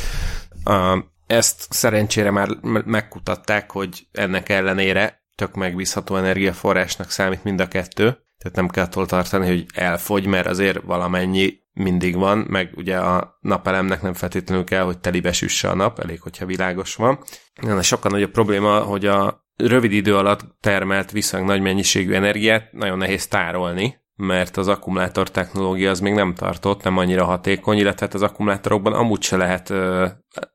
Ezt szerencsére már megkutatták, hogy ennek ellenére tök megbízható energiaforrásnak számít mind a kettő, tehát nem kell attól tartani, hogy elfogy, mert azért valamennyi mindig van, meg ugye a napelemnek nem feltétlenül kell, hogy telibe süsse a nap, elég, hogyha világos van. De sokkal nagyobb probléma, hogy a rövid idő alatt termelt viszonylag nagy mennyiségű energiát nagyon nehéz tárolni, mert az akkumulátor technológia az még nem tartott, nem annyira hatékony, illetve az akkumulátorokban amúgy se lehet ö,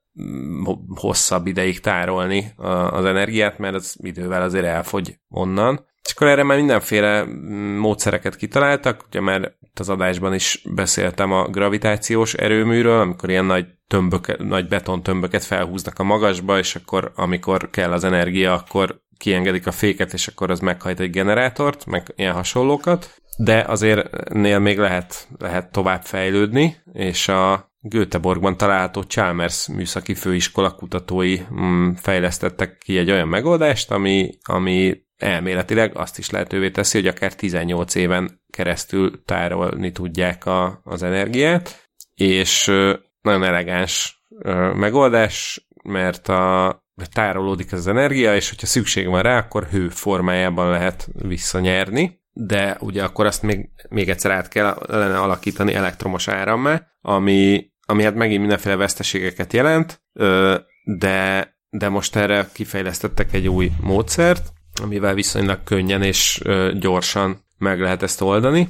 hosszabb ideig tárolni az energiát, mert az idővel azért elfogy onnan. És akkor erre már mindenféle módszereket kitaláltak, ugye már az adásban is beszéltem a gravitációs erőműről, amikor ilyen nagy, tömböke, nagy betontömböket felhúznak a magasba, és akkor amikor kell az energia, akkor kiengedik a féket, és akkor az meghajt egy generátort, meg ilyen hasonlókat, de azért nél még lehet, lehet tovább fejlődni, és a Göteborgban található Chalmers műszaki főiskola kutatói mm, fejlesztettek ki egy olyan megoldást, ami, ami elméletileg azt is lehetővé teszi, hogy akár tizennyolc éven keresztül tárolni tudják a, az energiát, és nagyon elegáns megoldás, mert a, tárolódik az energia, és hogyha szükség van rá, akkor hő formájában lehet visszanyerni, de ugye akkor azt még, még egyszer át kellene alakítani elektromos árammá, ami, ami hát megint mindenféle veszteségeket jelent, de, de most erre kifejlesztettek egy új módszert, amivel viszonylag könnyen és gyorsan meg lehet ezt oldani.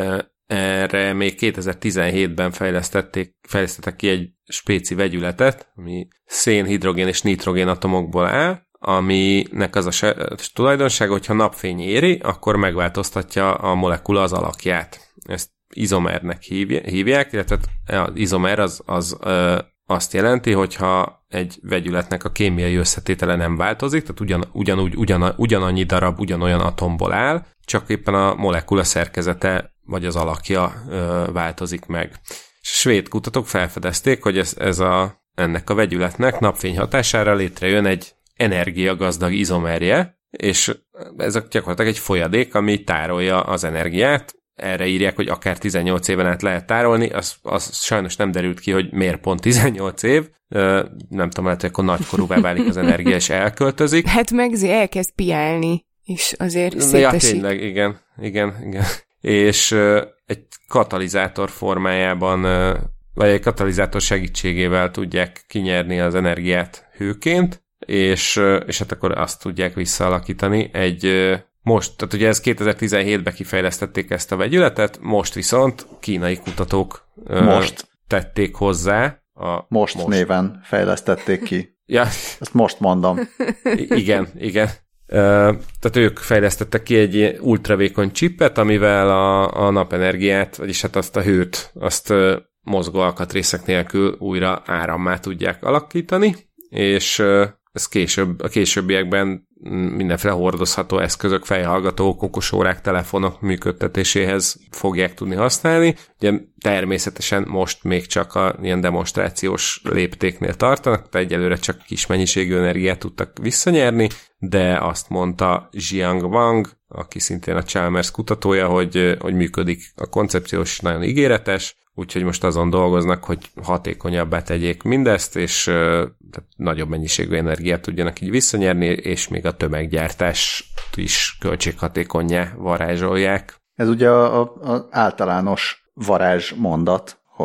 Erre még kétezer-tizenhétben fejlesztették, fejlesztettek ki egy spéci vegyületet, ami szén, hidrogén és nitrogén atomokból áll, aminek az a se- tulajdonsága, hogyha napfény éri, akkor megváltoztatja a molekula az alakját. Ezt izomernek hívják, illetve az izomer az, az ö, azt jelenti, hogyha egy vegyületnek a kémiai összetétele nem változik, tehát ugyan, ugyanúgy, ugyan, ugyanannyi darab, ugyanolyan atomból áll, csak éppen a molekula szerkezete vagy az alakja ö, változik meg. És a svéd kutatók felfedezték, hogy ez, ez a, ennek a vegyületnek napfény hatására létrejön egy energiagazdag izomerje, és ez gyakorlatilag egy folyadék, ami tárolja az energiát. Erre írják, hogy akár tizennyolc éven át lehet tárolni, az, az sajnos nem derült ki, hogy miért pont tizennyolc év. Nem tudom, lehet, hogy akkor nagykorúvá válik az energia, és elköltözik. Hát meg elkezd piálni, és azért szétesik. Ja, tényleg, igen, igen, igen. És egy katalizátor formájában, vagy egy katalizátor segítségével tudják kinyerni az energiát hőként, és, és hát akkor azt tudják visszaalakítani egy most, tehát ugye ez kétezer-tizenhétben kifejlesztették ezt a vegyületet, most viszont kínai kutatók most tették hozzá. A most, most néven fejlesztették ki. Ja. Ezt most mondom. I- igen, igen. Uh, tehát ők fejlesztettek ki egy ultravékony csipet, amivel a, a napenergiát, vagyis hát azt a hőt, azt uh, mozgó alkatrészek nélkül újra árammá tudják alakítani, és uh, ez később, a későbbiekben mindenféle hordozható eszközök, fejhallgatók, okosórák, telefonok működtetéséhez fogják tudni használni. Ugye természetesen most még csak a ilyen demonstrációs léptéknél tartanak, tehát egyelőre csak kis mennyiségű energiát tudtak visszanyerni, de azt mondta Jiang Wang, aki szintén a Chalmers kutatója, hogy, hogy működik a koncepciós, nagyon ígéretes, úgyhogy most azon dolgoznak, hogy hatékonyabbá tegyék mindezt, és uh, nagyobb mennyiségű energiát tudjanak így visszanyerni, és még a tömeggyártást is költséghatékonnyá varázsolják. Ez ugye az általános varázsmondat, hogy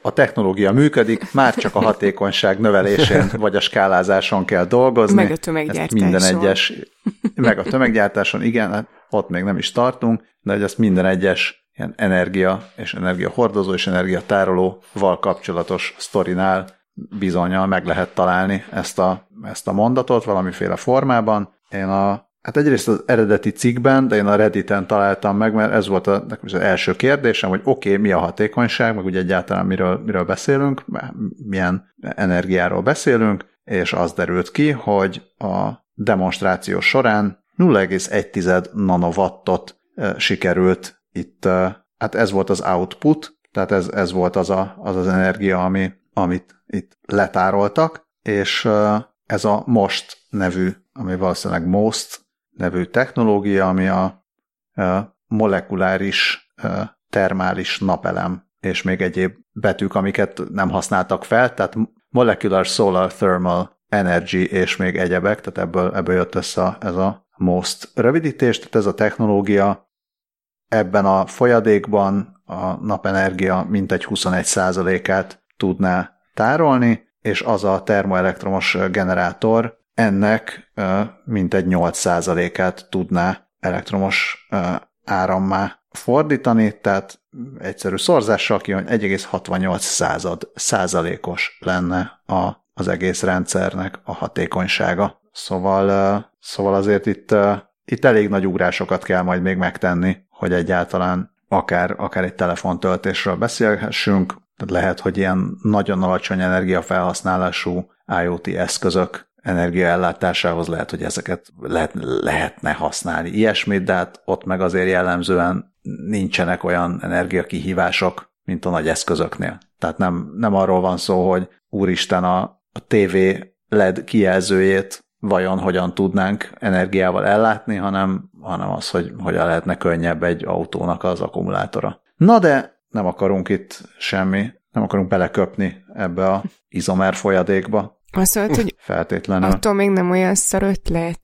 a technológia működik, már csak a hatékonyság növelésén vagy a skálázáson kell dolgozni. Meg a tömeggyártáson. Minden egyes, meg a tömeggyártáson, igen, ott még nem is tartunk, de hogy ezt minden egyes ilyen energia és energiahordozó és energiatárolóval kapcsolatos sztorinál bizonnyal meg lehet találni ezt a, ezt a mondatot valamiféle formában. Én a Hát egyrészt az eredeti cikkben, de én a Redditen találtam meg, mert ez volt a, nekem az első kérdésem, hogy oké, okay, mi a hatékonyság, meg ugye egyáltalán miről, miről beszélünk, milyen energiáról beszélünk, és az derült ki, hogy a demonstráció során nulla egész egy nanowattot e, sikerült itt, e, hát ez volt az output, tehát ez, ez volt az, a, az az energia, ami, amit itt letároltak, és e, ez a MOST nevű, ami valószínűleg MOST nevű technológia, ami a, a molekuláris a termális napelem, és még egyéb betűk, amiket nem használtak fel, tehát Molecular Solar Thermal Energy, és még egyebek, tehát ebből, ebből jött össze ez a MOST rövidítés, tehát ez a technológia ebben a folyadékban a napenergia mintegy huszonegy százalékát tudná tárolni, és az a termoelektromos generátor ennek mintegy nyolc százalékát tudná elektromos árammá fordítani, tehát egyszerű szorzással kijön, hogy egy egész hatvannyolc százalékos lenne a, az egész rendszernek a hatékonysága. Szóval, szóval azért itt, itt elég nagy ugrásokat kell majd még megtenni, hogy egyáltalán akár, akár egy telefontöltésről beszélhessünk. Lehet, hogy ilyen nagyon alacsony energiafelhasználású IoT eszközök energiaellátásához lehet, hogy ezeket lehet, lehetne használni ilyesmit, de hát ott meg azért jellemzően nincsenek olyan energiakihívások, mint a nagy eszközöknél. Tehát nem, nem arról van szó, hogy úristen a, a té vé el é dé kijelzőjét vajon hogyan tudnánk energiával ellátni, hanem, hanem az, hogy hogyan lehetne könnyebb egy autónak az akkumulátora. Na de nem akarunk itt semmi, nem akarunk beleköpni ebbe a izomer folyadékba. Azt mondod, hogy feltétlenül. Attól még nem olyan szar ötlet.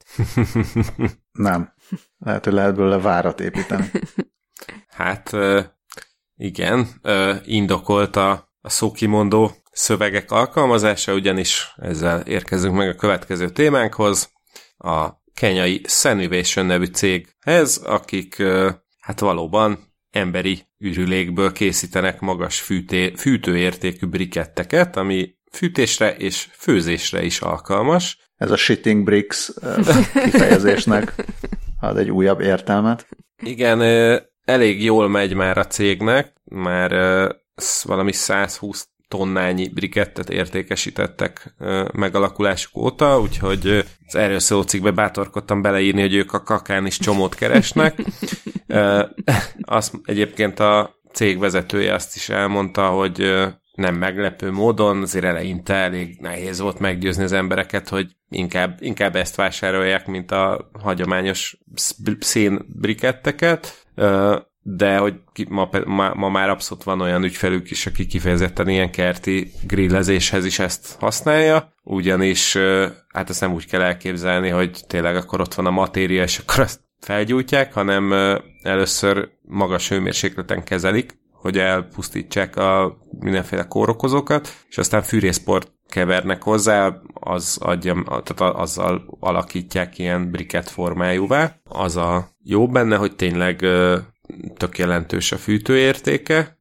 Nem. Lehet, hogy lehet belőle várat építeni. Hát igen, indokolt a, a szókimondó szövegek alkalmazása, ugyanis ezzel érkezünk meg a következő témánkhoz, a kenyai Sunivation nevű céghez, akik hát valóban emberi ürülékből készítenek magas fűté, fűtőértékű briketteket, ami fűtésre és főzésre is alkalmas. Ez a shitting bricks kifejezésnek ad egy újabb értelmet. Igen, elég jól megy már a cégnek, már valami százhúsz tonnányi brikettet értékesítettek megalakulásuk óta, úgyhogy az erről szóló cikkbe bátorkodtam beleírni, hogy ők a kakán is csomót keresnek. Azt egyébként a cég vezetője azt is elmondta, hogy nem meglepő módon, azért eleinte elég nehéz volt meggyőzni az embereket, hogy inkább, inkább ezt vásárolják, mint a hagyományos szénbriketteket, de hogy ma, ma, ma már abszolút van olyan ügyfelük is, aki kifejezetten ilyen kerti grillezéshez is ezt használja, ugyanis hát ezt nem úgy kell elképzelni, hogy tényleg akkor ott van a matéria, és akkor azt felgyújtják, hanem először magas hőmérsékleten kezelik, hogy elpusztítsák a mindenféle kórokozókat, és aztán fűrészport kevernek hozzá, az adja, tehát azzal alakítják ilyen briket formájúvá. Az a jó benne, hogy tényleg tök jelentős a fűtőértéke,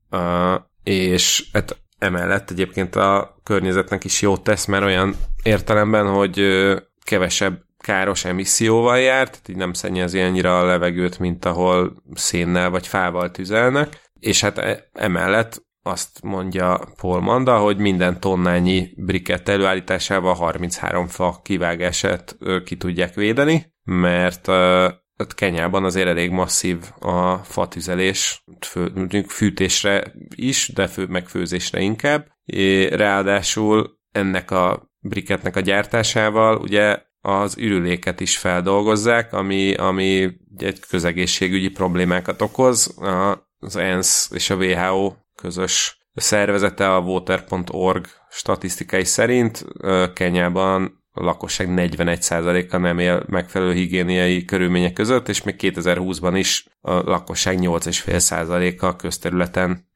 és hát emellett egyébként a környezetnek is jót tesz, mert olyan értelemben, hogy kevesebb káros emisszióval jár, tehát így nem szennyezi annyira a levegőt, mint ahol szénnel vagy fával tüzelnek, és hát emellett azt mondja Paul Manda, hogy minden tonnányi brikett előállításával harminchárom fa kivágását ki tudják védeni, mert ott Kenyában azért elég masszív a fatüzelés, fő, fűtésre is, de fő, meg főzésre inkább. É, ráadásul ennek a brikettnek a gyártásával ugye az ürüléket is feldolgozzák, ami, ami egy közegészségügyi problémákat okoz. Az ENSZ és a dupla vé há ó közös szervezete, a water pont org statisztikai szerint Kenyában a lakosság negyvenegy százaléka nem él megfelelő higiéniai körülmények között, és még kétezer-húszban is a lakosság nyolc egész öt százaléka közterületen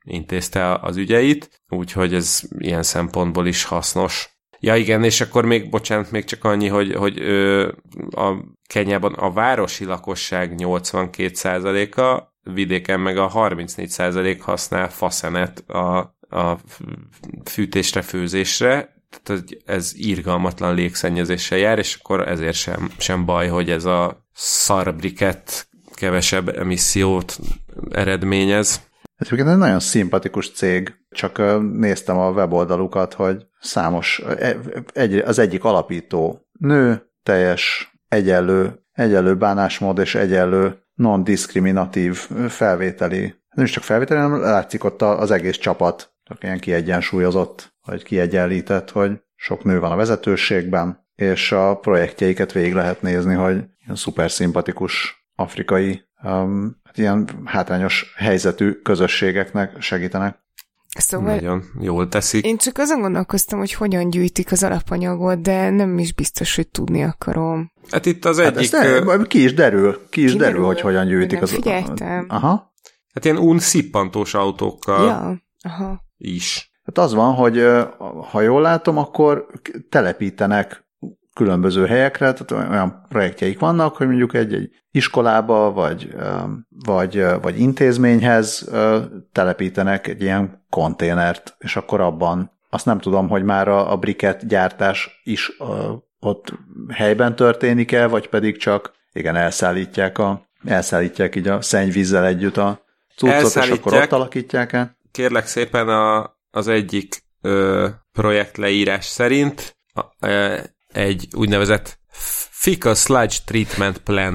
intézte az ügyeit, úgyhogy ez ilyen szempontból is hasznos. Ja igen, és akkor még, bocsánat, még csak annyi, hogy, hogy ö, a Kenyában a városi lakosság nyolcvankét százaléka, vidéken meg a harmincnégy százalék használ faszenet a, a fűtésre, főzésre, tehát ez irgalmatlan légszennyezéssel jár, és akkor ezért sem, sem baj, hogy ez a szarbriket kevesebb emissziót eredményez. Ez egy nagyon szimpatikus cég, csak néztem a weboldalukat, hogy számos, egy, az egyik alapító nő, teljes egyenlő, egyenlő bánásmód és egyenlő non-diszkriminatív felvételi, nem is csak felvételi, hanem látszik ott az egész csapat, csak ilyen kiegyensúlyozott, vagy kiegyenlített, hogy sok nő van a vezetőségben, és a projektjeiket végig lehet nézni, hogy ilyen szuper szimpatikus afrikai, um, ilyen hátrányos helyzetű közösségeknek segítenek. Szóval nagyon jól teszik. Én csak azon gondolkoztam, hogy hogyan gyűjtik az alapanyagot, de nem is biztos, hogy tudni akarom. Hát itt az hát egyik... Ne, ki is derül, ki is ki derül, derül, hogy hogyan gyűjtik nem az... figyeltem. Aha. Hát ilyen unszippantós autókkal ja. Aha. is. Hát az van, hogy ha jól látom, akkor telepítenek különböző helyekre, tehát olyan projektjeik vannak, hogy mondjuk egy-egy iskolába, vagy, vagy, vagy intézményhez telepítenek egy ilyen konténert, és akkor abban azt nem tudom, hogy már a, a briket gyártás is ott helyben történik-e, vagy pedig csak igen, elszállítják, a, elszállítják így a szennyvízzel együtt a cuccot, és akkor ott alakítják el. Kérlek szépen a, az egyik ö, projekt leírás szerint a, ö, egy úgynevezett Fecal Sludge Treatment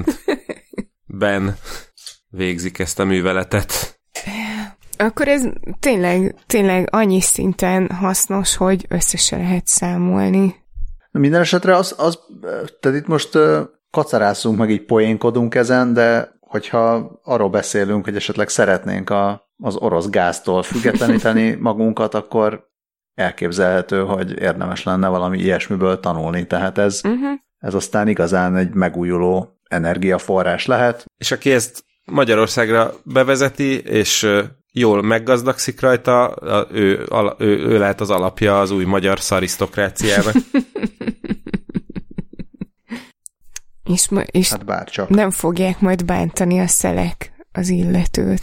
Plant-ben végzik ezt a műveletet. Akkor ez tényleg, tényleg annyi szinten hasznos, hogy össze se lehet számolni. Minden esetre az, az tehát itt most kacarászunk, meg így poénkodunk ezen, de hogyha arról beszélünk, hogy esetleg szeretnénk a, az orosz gáztól függetleníteni magunkat, akkor elképzelhető, hogy érdemes lenne valami ilyesmiből tanulni. Tehát ez, uh-huh. ez aztán igazán egy megújuló energiaforrás lehet. És aki ezt Magyarországra bevezeti, és jól meggazdagszik rajta, ő, ő, ő lehet az alapja az új magyar szarisztokráciának. És, ma, és hát bárcsak. Nem fogják majd bántani a szelek az illetőt.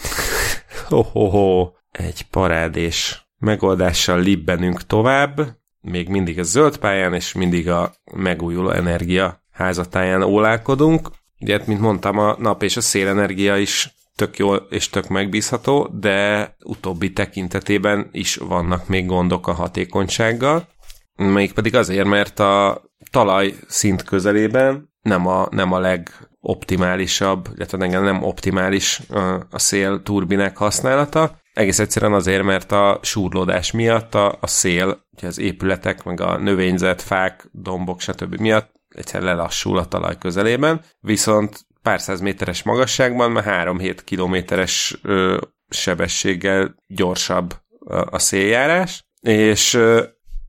Ho-ho-ho, egy parádés megoldással libbenünk tovább, még mindig a zöld pályán, és mindig a megújuló energia házatáján ólálkodunk. Ugye, mint mondtam, a nap és a szélenergia is tök jó és tök megbízható, de utóbbi tekintetében is vannak még gondok a hatékonysággal. Mégpedig azért, mert a talaj szint közelében nem a, nem a legoptimálisabb, illetve engem nem optimális a szélturbinák használata. Egész egyszerűen azért, mert a súrlódás miatt a, a szél, ugye az épületek, meg a növényzet, fák, dombok, stb. Miatt egyszerűen lelassul a talaj közelében, viszont pár száz méteres magasságban már három-hét kilométeres ö, sebességgel gyorsabb a, a széljárás, és ö,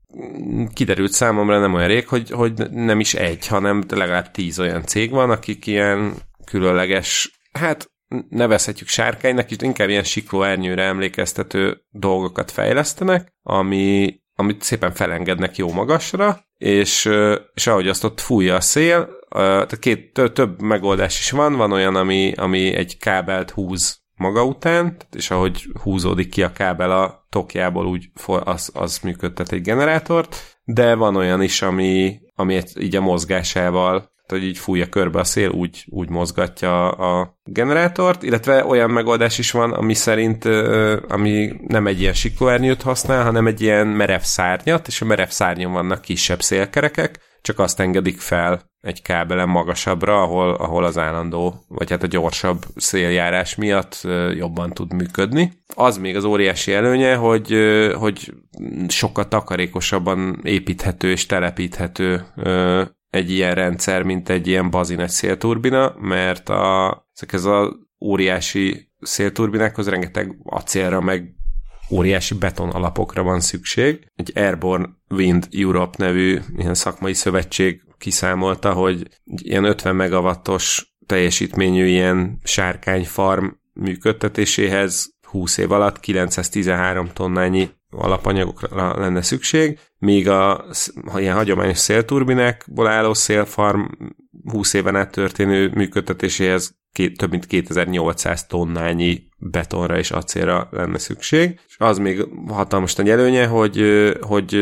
kiderült számomra nem olyan rég, hogy, hogy nem is egy, hanem legalább tíz olyan cég van, akik ilyen különleges, hát nevezhetjük sárkánynak, és inkább ilyen siklóernyőre emlékeztető dolgokat fejlesztenek, ami, amit szépen felengednek jó magasra, és, és ahogy azt ott fújja a szél, tehát két, több megoldás is van, van olyan, ami, ami egy kábelt húz maga után, és ahogy húzódik ki a kábel a tokjából, úgy az, az működtet egy generátort, de van olyan is, ami, ami egy, így a mozgásával, hogy így fújja körbe a szél, úgy, úgy mozgatja a generátort, illetve olyan megoldás is van, ami szerint ami nem egy ilyen siklóernyőt használ, hanem egy ilyen merev szárnyat, és a merev szárnyon vannak kisebb szélkerekek, csak azt engedik fel egy kábelen magasabbra, ahol, ahol az állandó, vagy hát a gyorsabb széljárás miatt jobban tud működni. Az még az óriási előnye, hogy, hogy sokkal takarékosabban építhető és telepíthető egy ilyen rendszer, mint egy ilyen bazinagy szélturbina, mert a, ezek ez az óriási szélturbinákhoz rengeteg acélra, meg óriási beton alapokra van szükség. Egy Airborne Wind Europe nevű ilyen szakmai szövetség kiszámolta, hogy ilyen ötven megawattos teljesítményű ilyen sárkányfarm működtetéséhez húsz év alatt kilencszáztizenhárom tonnányi alapanyagokra lenne szükség, míg a ilyen hagyományos szélturbinákból álló szélfarm húsz éven át történő működtetéséhez két, több mint kétezer-nyolcszáz tonnányi betonra és acélra lenne szükség. És az még hatalmas nagy előnye, hogy, hogy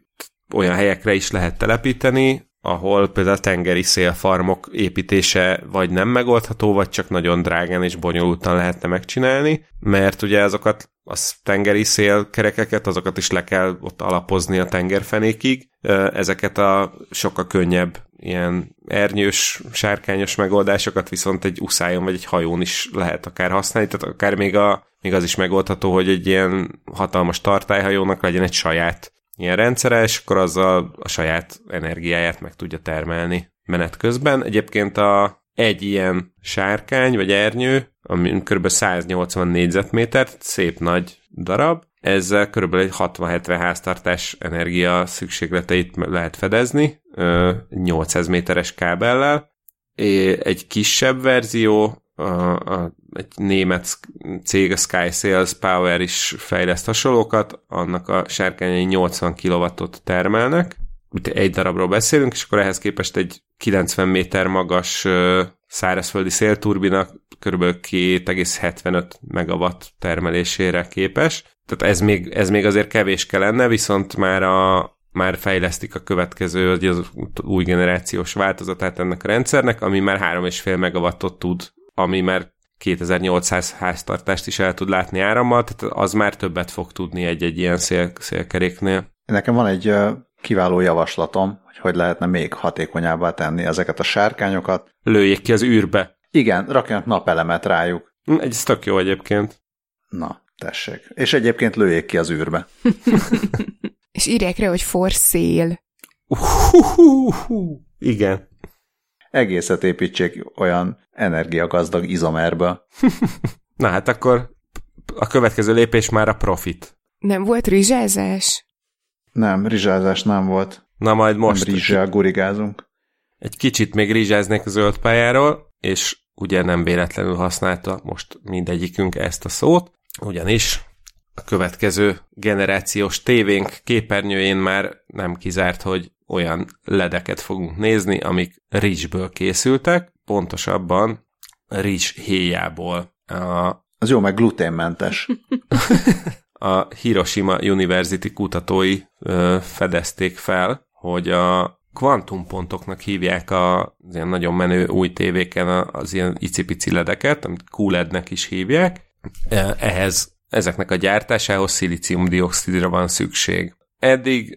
olyan helyekre is lehet telepíteni, ahol például a tengeri szélfarmok építése vagy nem megoldható, vagy csak nagyon drágán és bonyolultan lehetne megcsinálni, mert ugye azokat a tengeri szélkerekeket, azokat is le kell ott alapozni a tengerfenékig. Ezeket a sokkal könnyebb ilyen ernyős, sárkányos megoldásokat viszont egy uszályon vagy egy hajón is lehet akár használni, tehát akár még, a, még az is megoldható, hogy egy ilyen hatalmas tartályhajónak legyen egy saját ilyen rendszere, és akkor azzal a saját energiáját meg tudja termelni menet közben. Egyébként a, egy ilyen sárkány vagy ernyő, ami kb. száznyolcvan négyzetméter, szép nagy darab, ezzel kb. Egy hatvan-hetven háztartás energia szükségleteit lehet fedezni, nyolcszáz méteres kábellel. Egy kisebb verzió, a, a, egy német cég, a Sky Sales Power is fejleszt hasonlókat, annak a sárkányai nyolcvan kilowattot termelnek, egy darabról beszélünk, és akkor ehhez képest egy kilencven méter magas uh, szárazföldi szélturbina kb. két egész hetvenöt megawatt termelésére képes. Tehát ez még, ez még azért kevés lenne, viszont már, a, már fejlesztik a következő, az új generációs változatát ennek a rendszernek, ami már három egész öt megawattot tud, ami már kétezer-nyolcszáz háztartást is el tud látni árammal, tehát az már többet fog tudni egy-egy ilyen szél, szélkeréknél. Nekem van egy uh, kiváló javaslatom, hogy hogy lehetne még hatékonyabbá tenni ezeket a sárkányokat. Lőjék ki az űrbe. Igen, rakjanak napelemet rájuk. Ez tök jó egyébként. Na, tessék. És egyébként lőjék ki az űrbe. És írják rá, hogy for szél. Uh-huh-huh-huh. Igen. Egészet építsék olyan energiagazdag izomerből. Na hát akkor a következő lépés már a profit. Nem volt rizsázás? Nem, rizsázás nem volt. Na majd most... Nem rizsel gurigázunk. Egy kicsit még rizsáznék a zöld pályáról, és ugye nem véletlenül használta most mindegyikünk ezt a szót, ugyanis a következő generációs tévénk képernyőjén már nem kizárt, hogy olyan ledeket fogunk nézni, amik rizsből készültek, pontosabban rizs héjából. A... Az jó, meg gluténmentes. A Hiroshima University kutatói ö, fedezték fel, hogy a kvantumpontoknak hívják a, az ilyen nagyon menő új tévéken az ilyen icipici ledeket, amit kú el é dé-nek is hívják. Ehhez, ezeknek a gyártásához szilícium-dioxidra van szükség. Eddig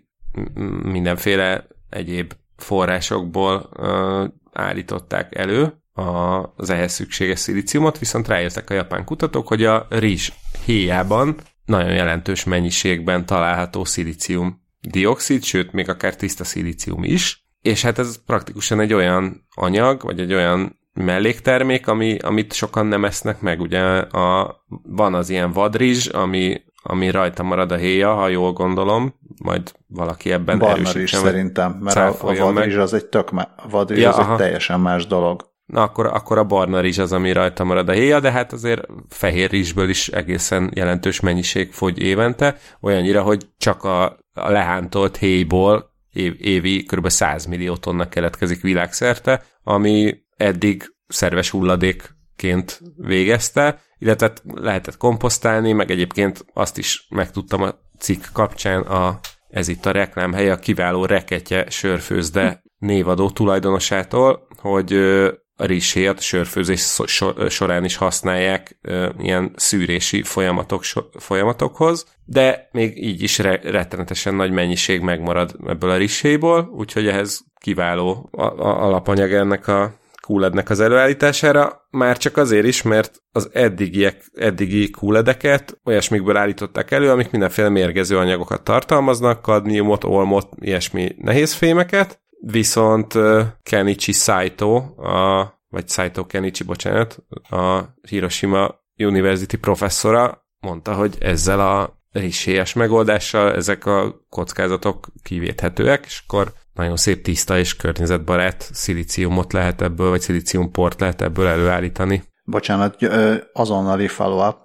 mindenféle egyéb forrásokból ö, állították elő a, az ehhez szükséges szilíciumot, viszont rájöttek a japán kutatók, hogy a rizs héjában nagyon jelentős mennyiségben található szilícium-dioxid, sőt, még akár tiszta szilícium is, és hát ez praktikusan egy olyan anyag, vagy egy olyan melléktermék, ami, amit sokan nem esznek meg. Ugye a, van az ilyen vadrizs, ami, ami rajta marad a héja, ha jól gondolom, majd valaki ebben barna erősítsen. Barna rizs szerintem, mert a, a vadrizs az egy tök má- a vadrizs ja, az aha. egy teljesen más dolog. Na, akkor, akkor a barna rizs az, ami rajta marad a héja, de hát azért fehér rizsből is egészen jelentős mennyiség fogy évente, olyannyira, hogy csak a, a lehántolt héjból év, évi kb. száz millió tonna keletkezik világszerte, ami eddig szerves hulladékként végezte, illetve lehetett komposztálni, meg egyébként azt is megtudtam a cikk kapcsán, a, ez itt a reklámhelye, a kiváló Reketje sörfőzde névadó tulajdonosától, hogy a rizshéjat sörfőzés során is használják ilyen szűrési folyamatok, folyamatokhoz, de még így is re- rettenetesen nagy mennyiség megmarad ebből a rizshéjból, úgyhogy ehhez kiváló a- a- alapanyag ennek a kú el é dé-nek az előállítására, már csak azért is, mert az eddigiek, eddigi kú el é dé-eket olyasmikből állították elő, amik mindenféle mérgező anyagokat tartalmaznak, kadmiumot, olmot, ilyesmi nehézfémeket, viszont uh, Kenichi Saito, a, vagy Saito Kenichi, bocsánat, a Hiroshima University professzora mondta, hogy ezzel a rizshéjas megoldással ezek a kockázatok kivéthetőek, és akkor nagyon szép, tiszta és környezetbarát szilíciumot lehet ebből, vagy szilíciumport lehet ebből előállítani. Bocsánat, azonnali follow-up.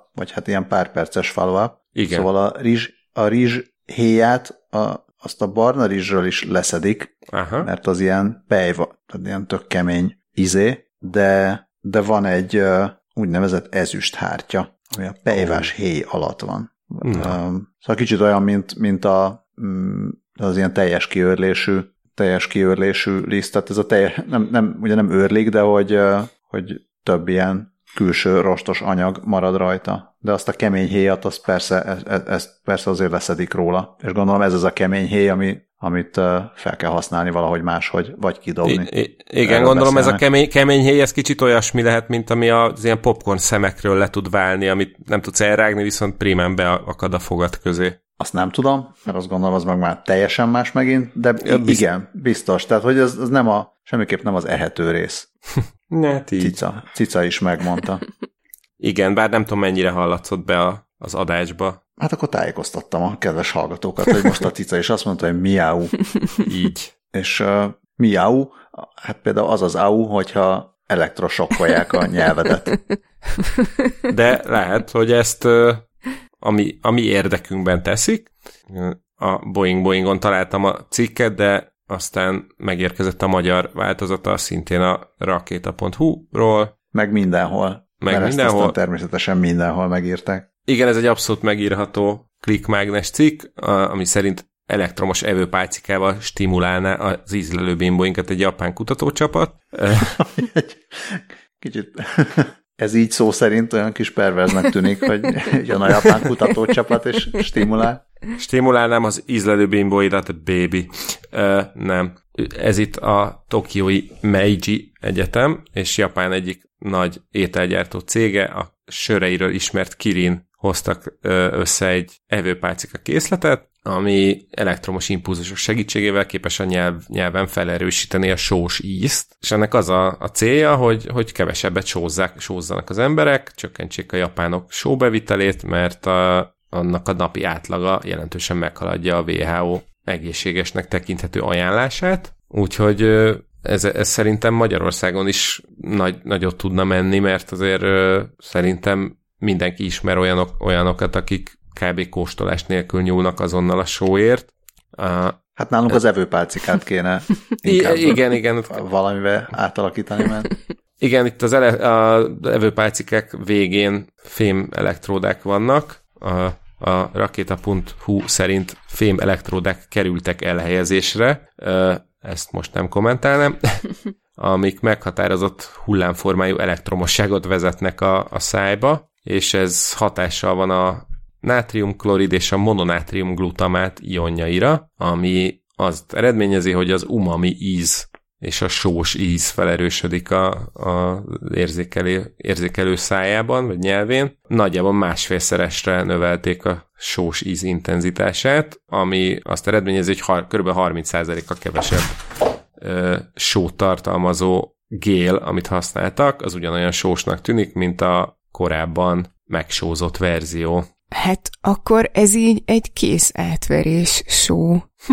vagy hát ilyen pár perces follow-up. Igen. Szóval a rizs, a rizs héját, a, azt a barna rizsről is leszedik, aha, mert az ilyen pejva, tehát ilyen tök kemény izé, de, de van egy uh, úgynevezett ezüst hártya, ami a pejvás oh. héj alatt van. Um, szóval kicsit olyan, mint, mint a, az ilyen teljes kiőrlésű, teljes kiőrlésű liszt, tehát ez a teljes, nem, nem, ugye nem őrlik, de hogy, uh, hogy több ilyen külső rostos anyag marad rajta. De azt a kemény héjat, azt persze, ezt ez persze azért leszedik róla. És gondolom ez az a kemény héj, ami, amit uh, fel kell használni valahogy máshogy, vagy kidobni. I- I- igen, Erről gondolom beszélnek. Ez a kemény, kemény héj, ez kicsit olyasmi lehet, mint ami az ilyen popcorn szemekről le tud válni, amit nem tudsz elrágni, viszont prímán beakad a fogad közé. Azt nem tudom, mert azt gondolom, az meg már teljesen más megint, de ja, bizt... igen, biztos. Tehát, hogy ez, ez nem a, semmiképp nem az ehető rész. Ne, cica, cica is megmondta. Igen, bár nem tudom, mennyire hallatszott be a, az adásba. Hát akkor tájékoztattam a kedves hallgatókat, hogy most a cica is azt mondta, hogy miau. Így. És uh, miau, hát például az az au, hogyha elektrosokkolják a nyelvedet. De lehet, hogy ezt ami, ami érdekünkben teszik. A Boing Boingon találtam a cikket, de aztán megérkezett a magyar változata, szintén a rakéta pont hu-ról. Meg mindenhol. Meg mert mindenhol. Ezt természetesen mindenhol megírták. Igen, ez egy abszolút megírható klikkmágnes cikk, ami szerint elektromos evőpálcikával stimulálná az ízlelő bimboinkat egy japán kutatócsapat. Kicsit ez így szó szerint olyan kis perverznek tűnik, hogy jön a japán kutatócsapat és stimulál. Stimulálnám az ízlelő bimboidat, baby. Uh, nem. Ez itt a tokiói Meiji Egyetem, és Japán egyik nagy ételgyártó cége, a söreiről ismert Kirin hoztak össze egy evőpálcika készletet, ami elektromos impulzusok segítségével képes a nyelv, nyelven felerősíteni a sós ízt, és ennek az a, a célja, hogy, hogy kevesebbet sózzák, sózzanak az emberek, csökkentsék a japánok sóbevitelét, mert a, annak a napi átlaga jelentősen meghaladja a dupla vé há o egészségesnek tekinthető ajánlását, úgyhogy ez, ez szerintem Magyarországon is nagy, nagyot tudna menni, mert azért ö, szerintem mindenki ismer olyanok, olyanokat, akik kb. Kóstolás nélkül nyúlnak azonnal a sóért. Uh, hát nálunk az evőpálcikát kéne inkább igen, igen. valamivel átalakítani, mert... Igen, itt az ele- a evőpálcikák végén fém elektródák vannak. A, a rakéta pont hu szerint fém elektródák kerültek elhelyezésre. Uh, ezt most nem kommentálnám. Amik meghatározott hullámformájú elektromosságot vezetnek a, a szájba, és ez hatással van a nátriumklorid és a mononátriumglutamát ionjaira, ami azt eredményezi, hogy az umami íz és a sós íz felerősödik a, a érzékelő, érzékelő szájában, vagy nyelvén. Nagyjából másfélszeresre növelték a sós íz intenzitását, ami azt eredményezi, hogy kb. harminc százalékkal kevesebb ö, sót tartalmazó gél, amit használtak, az ugyanolyan sósnak tűnik, mint a korábban megsózott verzió. Hát akkor ez így egy kész átverés show.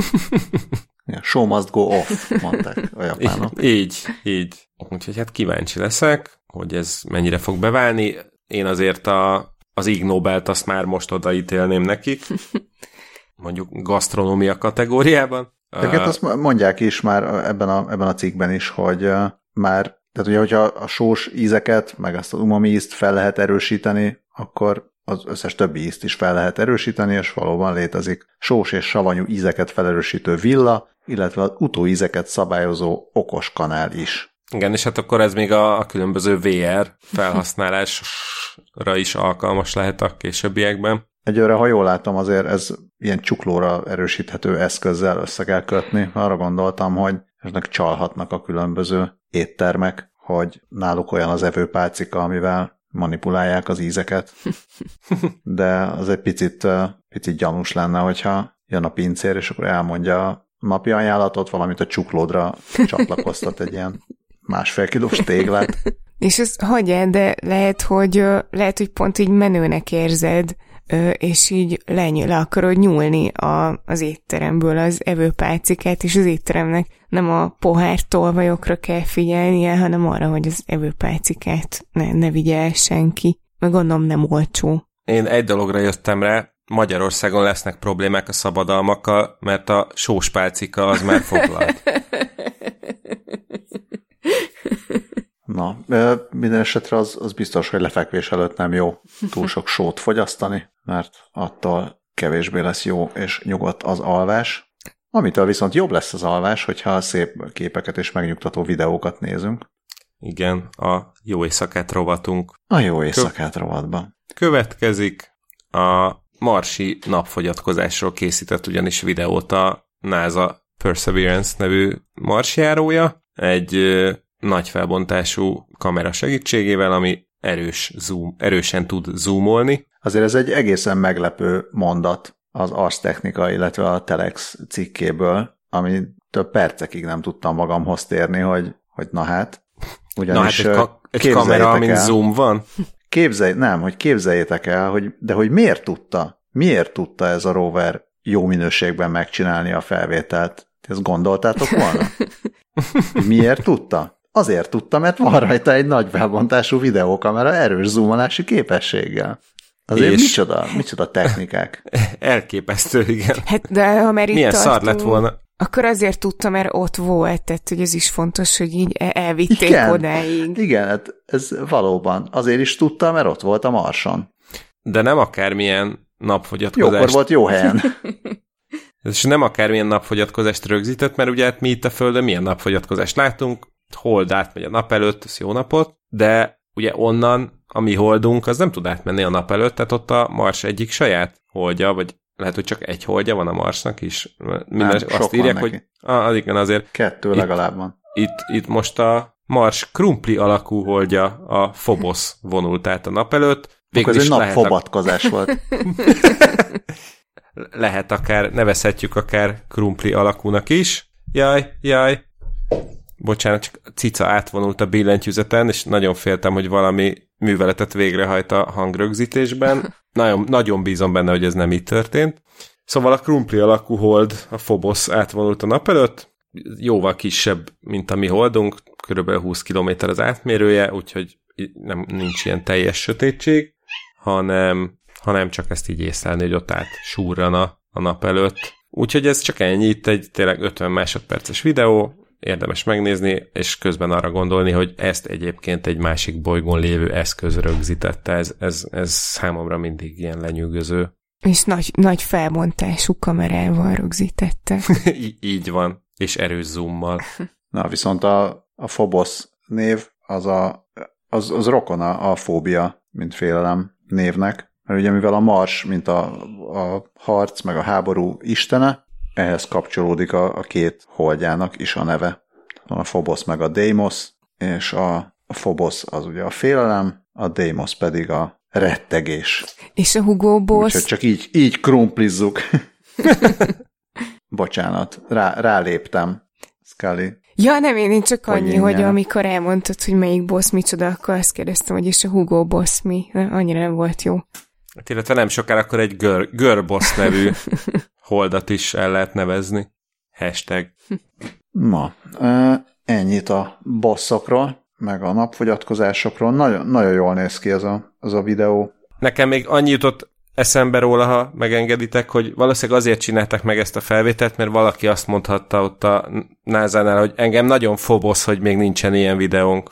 Yeah, show must go off, mondták a japánok. Így, így. Úgyhogy hát kíváncsi leszek, hogy ez mennyire fog beválni. Én azért a, az Ig Nobelt azt már most odaítélném nekik. Mondjuk gasztronómia kategóriában. Tehát uh, azt mondják is már ebben a, ebben a cikkben is, hogy uh, már, tehát ugye, hogyha a sós ízeket, meg azt az umami ízt fel lehet erősíteni, akkor az összes többi ízt is fel lehet erősíteni, és valóban létezik sós és savanyú ízeket felerősítő villa, illetve az utóízeket szabályozó okos kanál is. Igen, és hát akkor ez még a, a különböző vé er felhasználásra is alkalmas lehet a későbbiekben. Egyőre, ha jól látom, azért ez ilyen csuklóra erősíthető eszközzel össze kell kötni. Arra gondoltam, hogy eznek csalhatnak a különböző éttermek, hogy náluk olyan az evőpálcika, amivel manipulálják az ízeket. De az egy picit, picit gyanús lenne, hogyha jön a pincér, és akkor elmondja a napi ajánlatot, valamint a csuklódra csatlakoztat egy ilyen másfél kilós téglát. És ez hagyjál, de lehet, hogy lehet, hogy pont így menőnek érzed, és így lenyúl, le akarod nyúlni a, az étteremből az evőpálcikát, és az étteremnek nem a pohár tolvajokra kell figyelnie, hanem arra, hogy az evőpálcikát ne, ne vigye el senki. Meg gondolom nem olcsó. Én egy dologra jöttem rá, Magyarországon lesznek problémák a szabadalmakkal, mert a sóspálcika az már foglalt. Na, minden esetre az, az biztos, hogy lefekvés előtt nem jó túl sok sót fogyasztani, mert attól kevésbé lesz jó és nyugodt az alvás. Amitől viszont jobb lesz az alvás, hogyha szép képeket és megnyugtató videókat nézünk. Igen, a jó éjszakát rovatunk. A jó éjszakát Kö- rovatban. Következik a marsi napfogyatkozásról készített ugyanis videót a NASA Perseverance nevű marsjárója. Egy ö, nagy felbontású kamera segítségével, ami erős zoom, erősen tud zoomolni. Azért ez egy egészen meglepő mondat az Ars Technica, illetve a Telex cikkéből, ami több percekig nem tudtam magamhoz térni, hogy, hogy na hát. Ugyanis na hát egy, ka- egy kamera, amin el, zoom van? Képzelj, nem, hogy képzeljétek el, hogy, de hogy miért tudta? Miért tudta ez a rover jó minőségben megcsinálni a felvételt? Ezt gondoltátok volna? Miért tudta? Azért tudta, mert van rajta egy nagy felbontású videókamera erős zoomolási képességgel. Azért és micsoda, micsoda technikák. Elképesztő, igen. Hát, de ha már itt milyen szar lett volna. Akkor azért tudta, mert ott volt, tehát hogy ez is fontos, hogy így elvitték igen, odáig. Igen, hát ez valóban. Azért is tudta, mert ott volt a Marson. De nem akármilyen napfogyatkozást. Jókor volt jó helyen. És nem akármilyen napfogyatkozást rögzített, mert ugye hát mi itt a Földön milyen napfogyatkozást látunk, hold átmegy a nap előtt, ez jó napot, de ugye onnan a mi holdunk, az nem tud átmenni a nap előtt, tehát ott a Mars egyik saját holdja, vagy lehet, hogy csak egy holdja van a Marsnak is. Minden, nem, azt írják, hogy ah, az igen, azért. Kettő legalább van. Itt, itt most a Mars krumpli alakú holdja, a Phobos vonult át a nap előtt. Végül ez egy napfobatkozás a... volt. Lehet akár, nevezhetjük akár krumpli alakúnak is. Jaj, jaj. Bocsánat, csak a cica átvonult a billentyűzeten, és nagyon féltem, hogy valami műveletet végrehajt a hangrögzítésben. Nagyon, nagyon bízom benne, hogy ez nem így történt. Szóval a krumpli alakú hold, a Phobos átvonult a nap előtt, jóval kisebb, mint a mi holdunk, körülbelül húsz kilométer az átmérője, úgyhogy nem, nincs ilyen teljes sötétség, hanem, hanem csak ezt így észlelni, hogy ott át súrran a, a nap előtt. Úgyhogy ez csak ennyi, itt egy tényleg ötven másodperces videó, érdemes megnézni, és közben arra gondolni, hogy ezt egyébként egy másik bolygón lévő eszköz rögzítette. Ez, ez, ez számomra mindig ilyen lenyűgöző. És nagy, nagy felbontású kamerával rögzítette. Í- így van, és erős zoommal. Na, viszont a, a Phobos név az, a, az, az rokona a fóbia, mint félelem névnek. Mert ugye mivel a Mars, mint a, a harc, meg a háború istene, ehhez kapcsolódik a, a két holdjának is a neve. A Phobos meg a Deimos, és a, a Phobos az ugye a félelem, a Deimos pedig a rettegés. És a Hugo Boss... Úgyhogy csak így, így krumplizzuk. Bocsánat, rá, ráléptem, Scully. Ja, nem, én csak annyi, hogy, hogy amikor elmondtad, hogy melyik boss micsoda, akkor azt kérdeztem, hogy és a Hugo Boss mi. Annyira nem volt jó. Hát illetve nem sokára akkor egy Girl, Girl Boss nevű holdat is el lehet nevezni. Hashtag. Ma, ennyit a bosszokról, meg a napfogyatkozásokról. Nagyon, nagyon jól néz ki ez a, ez a videó. Nekem még annyi jutott eszembe róla, ha megengeditek, hogy valószínűleg azért csináltak meg ezt a felvételt, mert valaki azt mondhatta ott a názánál, hogy engem nagyon Phobos, hogy még nincsen ilyen videónk.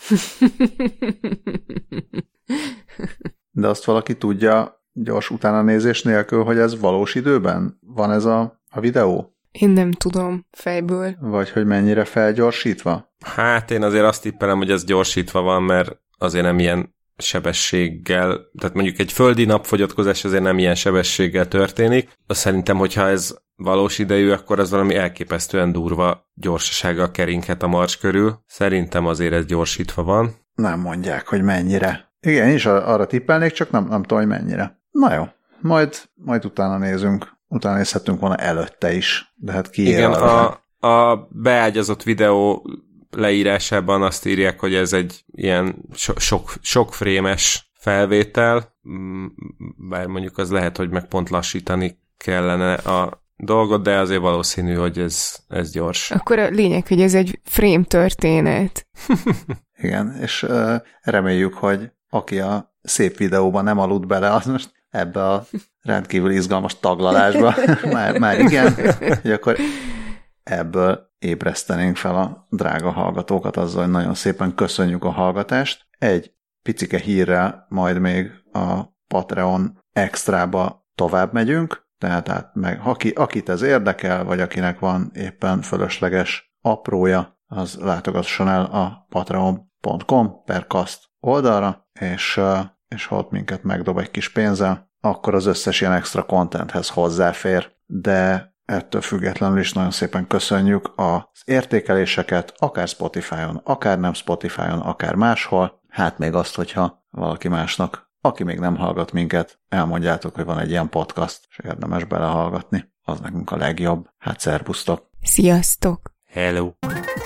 De azt valaki tudja gyors utánanézés nélkül, hogy ez valós időben van ez a, a videó? Én nem tudom fejből. Vagy hogy mennyire felgyorsítva? Hát én azért azt tippelem, hogy ez gyorsítva van, mert azért nem ilyen sebességgel, tehát mondjuk egy földi napfogyatkozás azért nem ilyen sebességgel történik. Azt szerintem, hogyha ez valós idejű, akkor az valami elképesztően durva gyorsasággal keringhet a Mars körül. Szerintem azért ez gyorsítva van. Nem mondják, hogy mennyire. Igen, én is arra tippelnék, csak nem, nem tudom, hogy mennyire. Na jó, majd, majd utána nézünk. Utána nézhetünk volna előtte is, de hát ki igen, a, a beágyazott videó leírásában azt írják, hogy ez egy ilyen so, sok, sok frémes felvétel, bár mondjuk az lehet, hogy meg pont lassítani kellene a dolgot, de azért valószínű, hogy ez, ez gyors. Akkor a lényeg, hogy ez egy frame történet. Igen, és uh, reméljük, hogy aki a szép videóban nem aludt bele, az most ebbe a rendkívül izgalmas taglalásba. Már, már igen, hogy akkor ebből ébresztenénk fel a drága hallgatókat azzal, hogy nagyon szépen köszönjük a hallgatást. Egy picike hírrel majd még a Patreon extrába tovább megyünk, tehát át meg, aki, akit ez érdekel, vagy akinek van éppen fölösleges aprója, az látogasson el a patreon pont com per kast oldalra, és, és ha ott minket megdob egy kis pénzzel, akkor az összes ilyen extra contenthez hozzáfér, de ettől függetlenül is nagyon szépen köszönjük az értékeléseket, akár Spotify-on, akár nem Spotify-on, akár máshol. Hát még azt, hogyha valaki másnak, aki még nem hallgat minket, elmondjátok, hogy van egy ilyen podcast, és érdemes belehallgatni. Az nekünk a legjobb. Hát szervusztok! Sziasztok! Hello!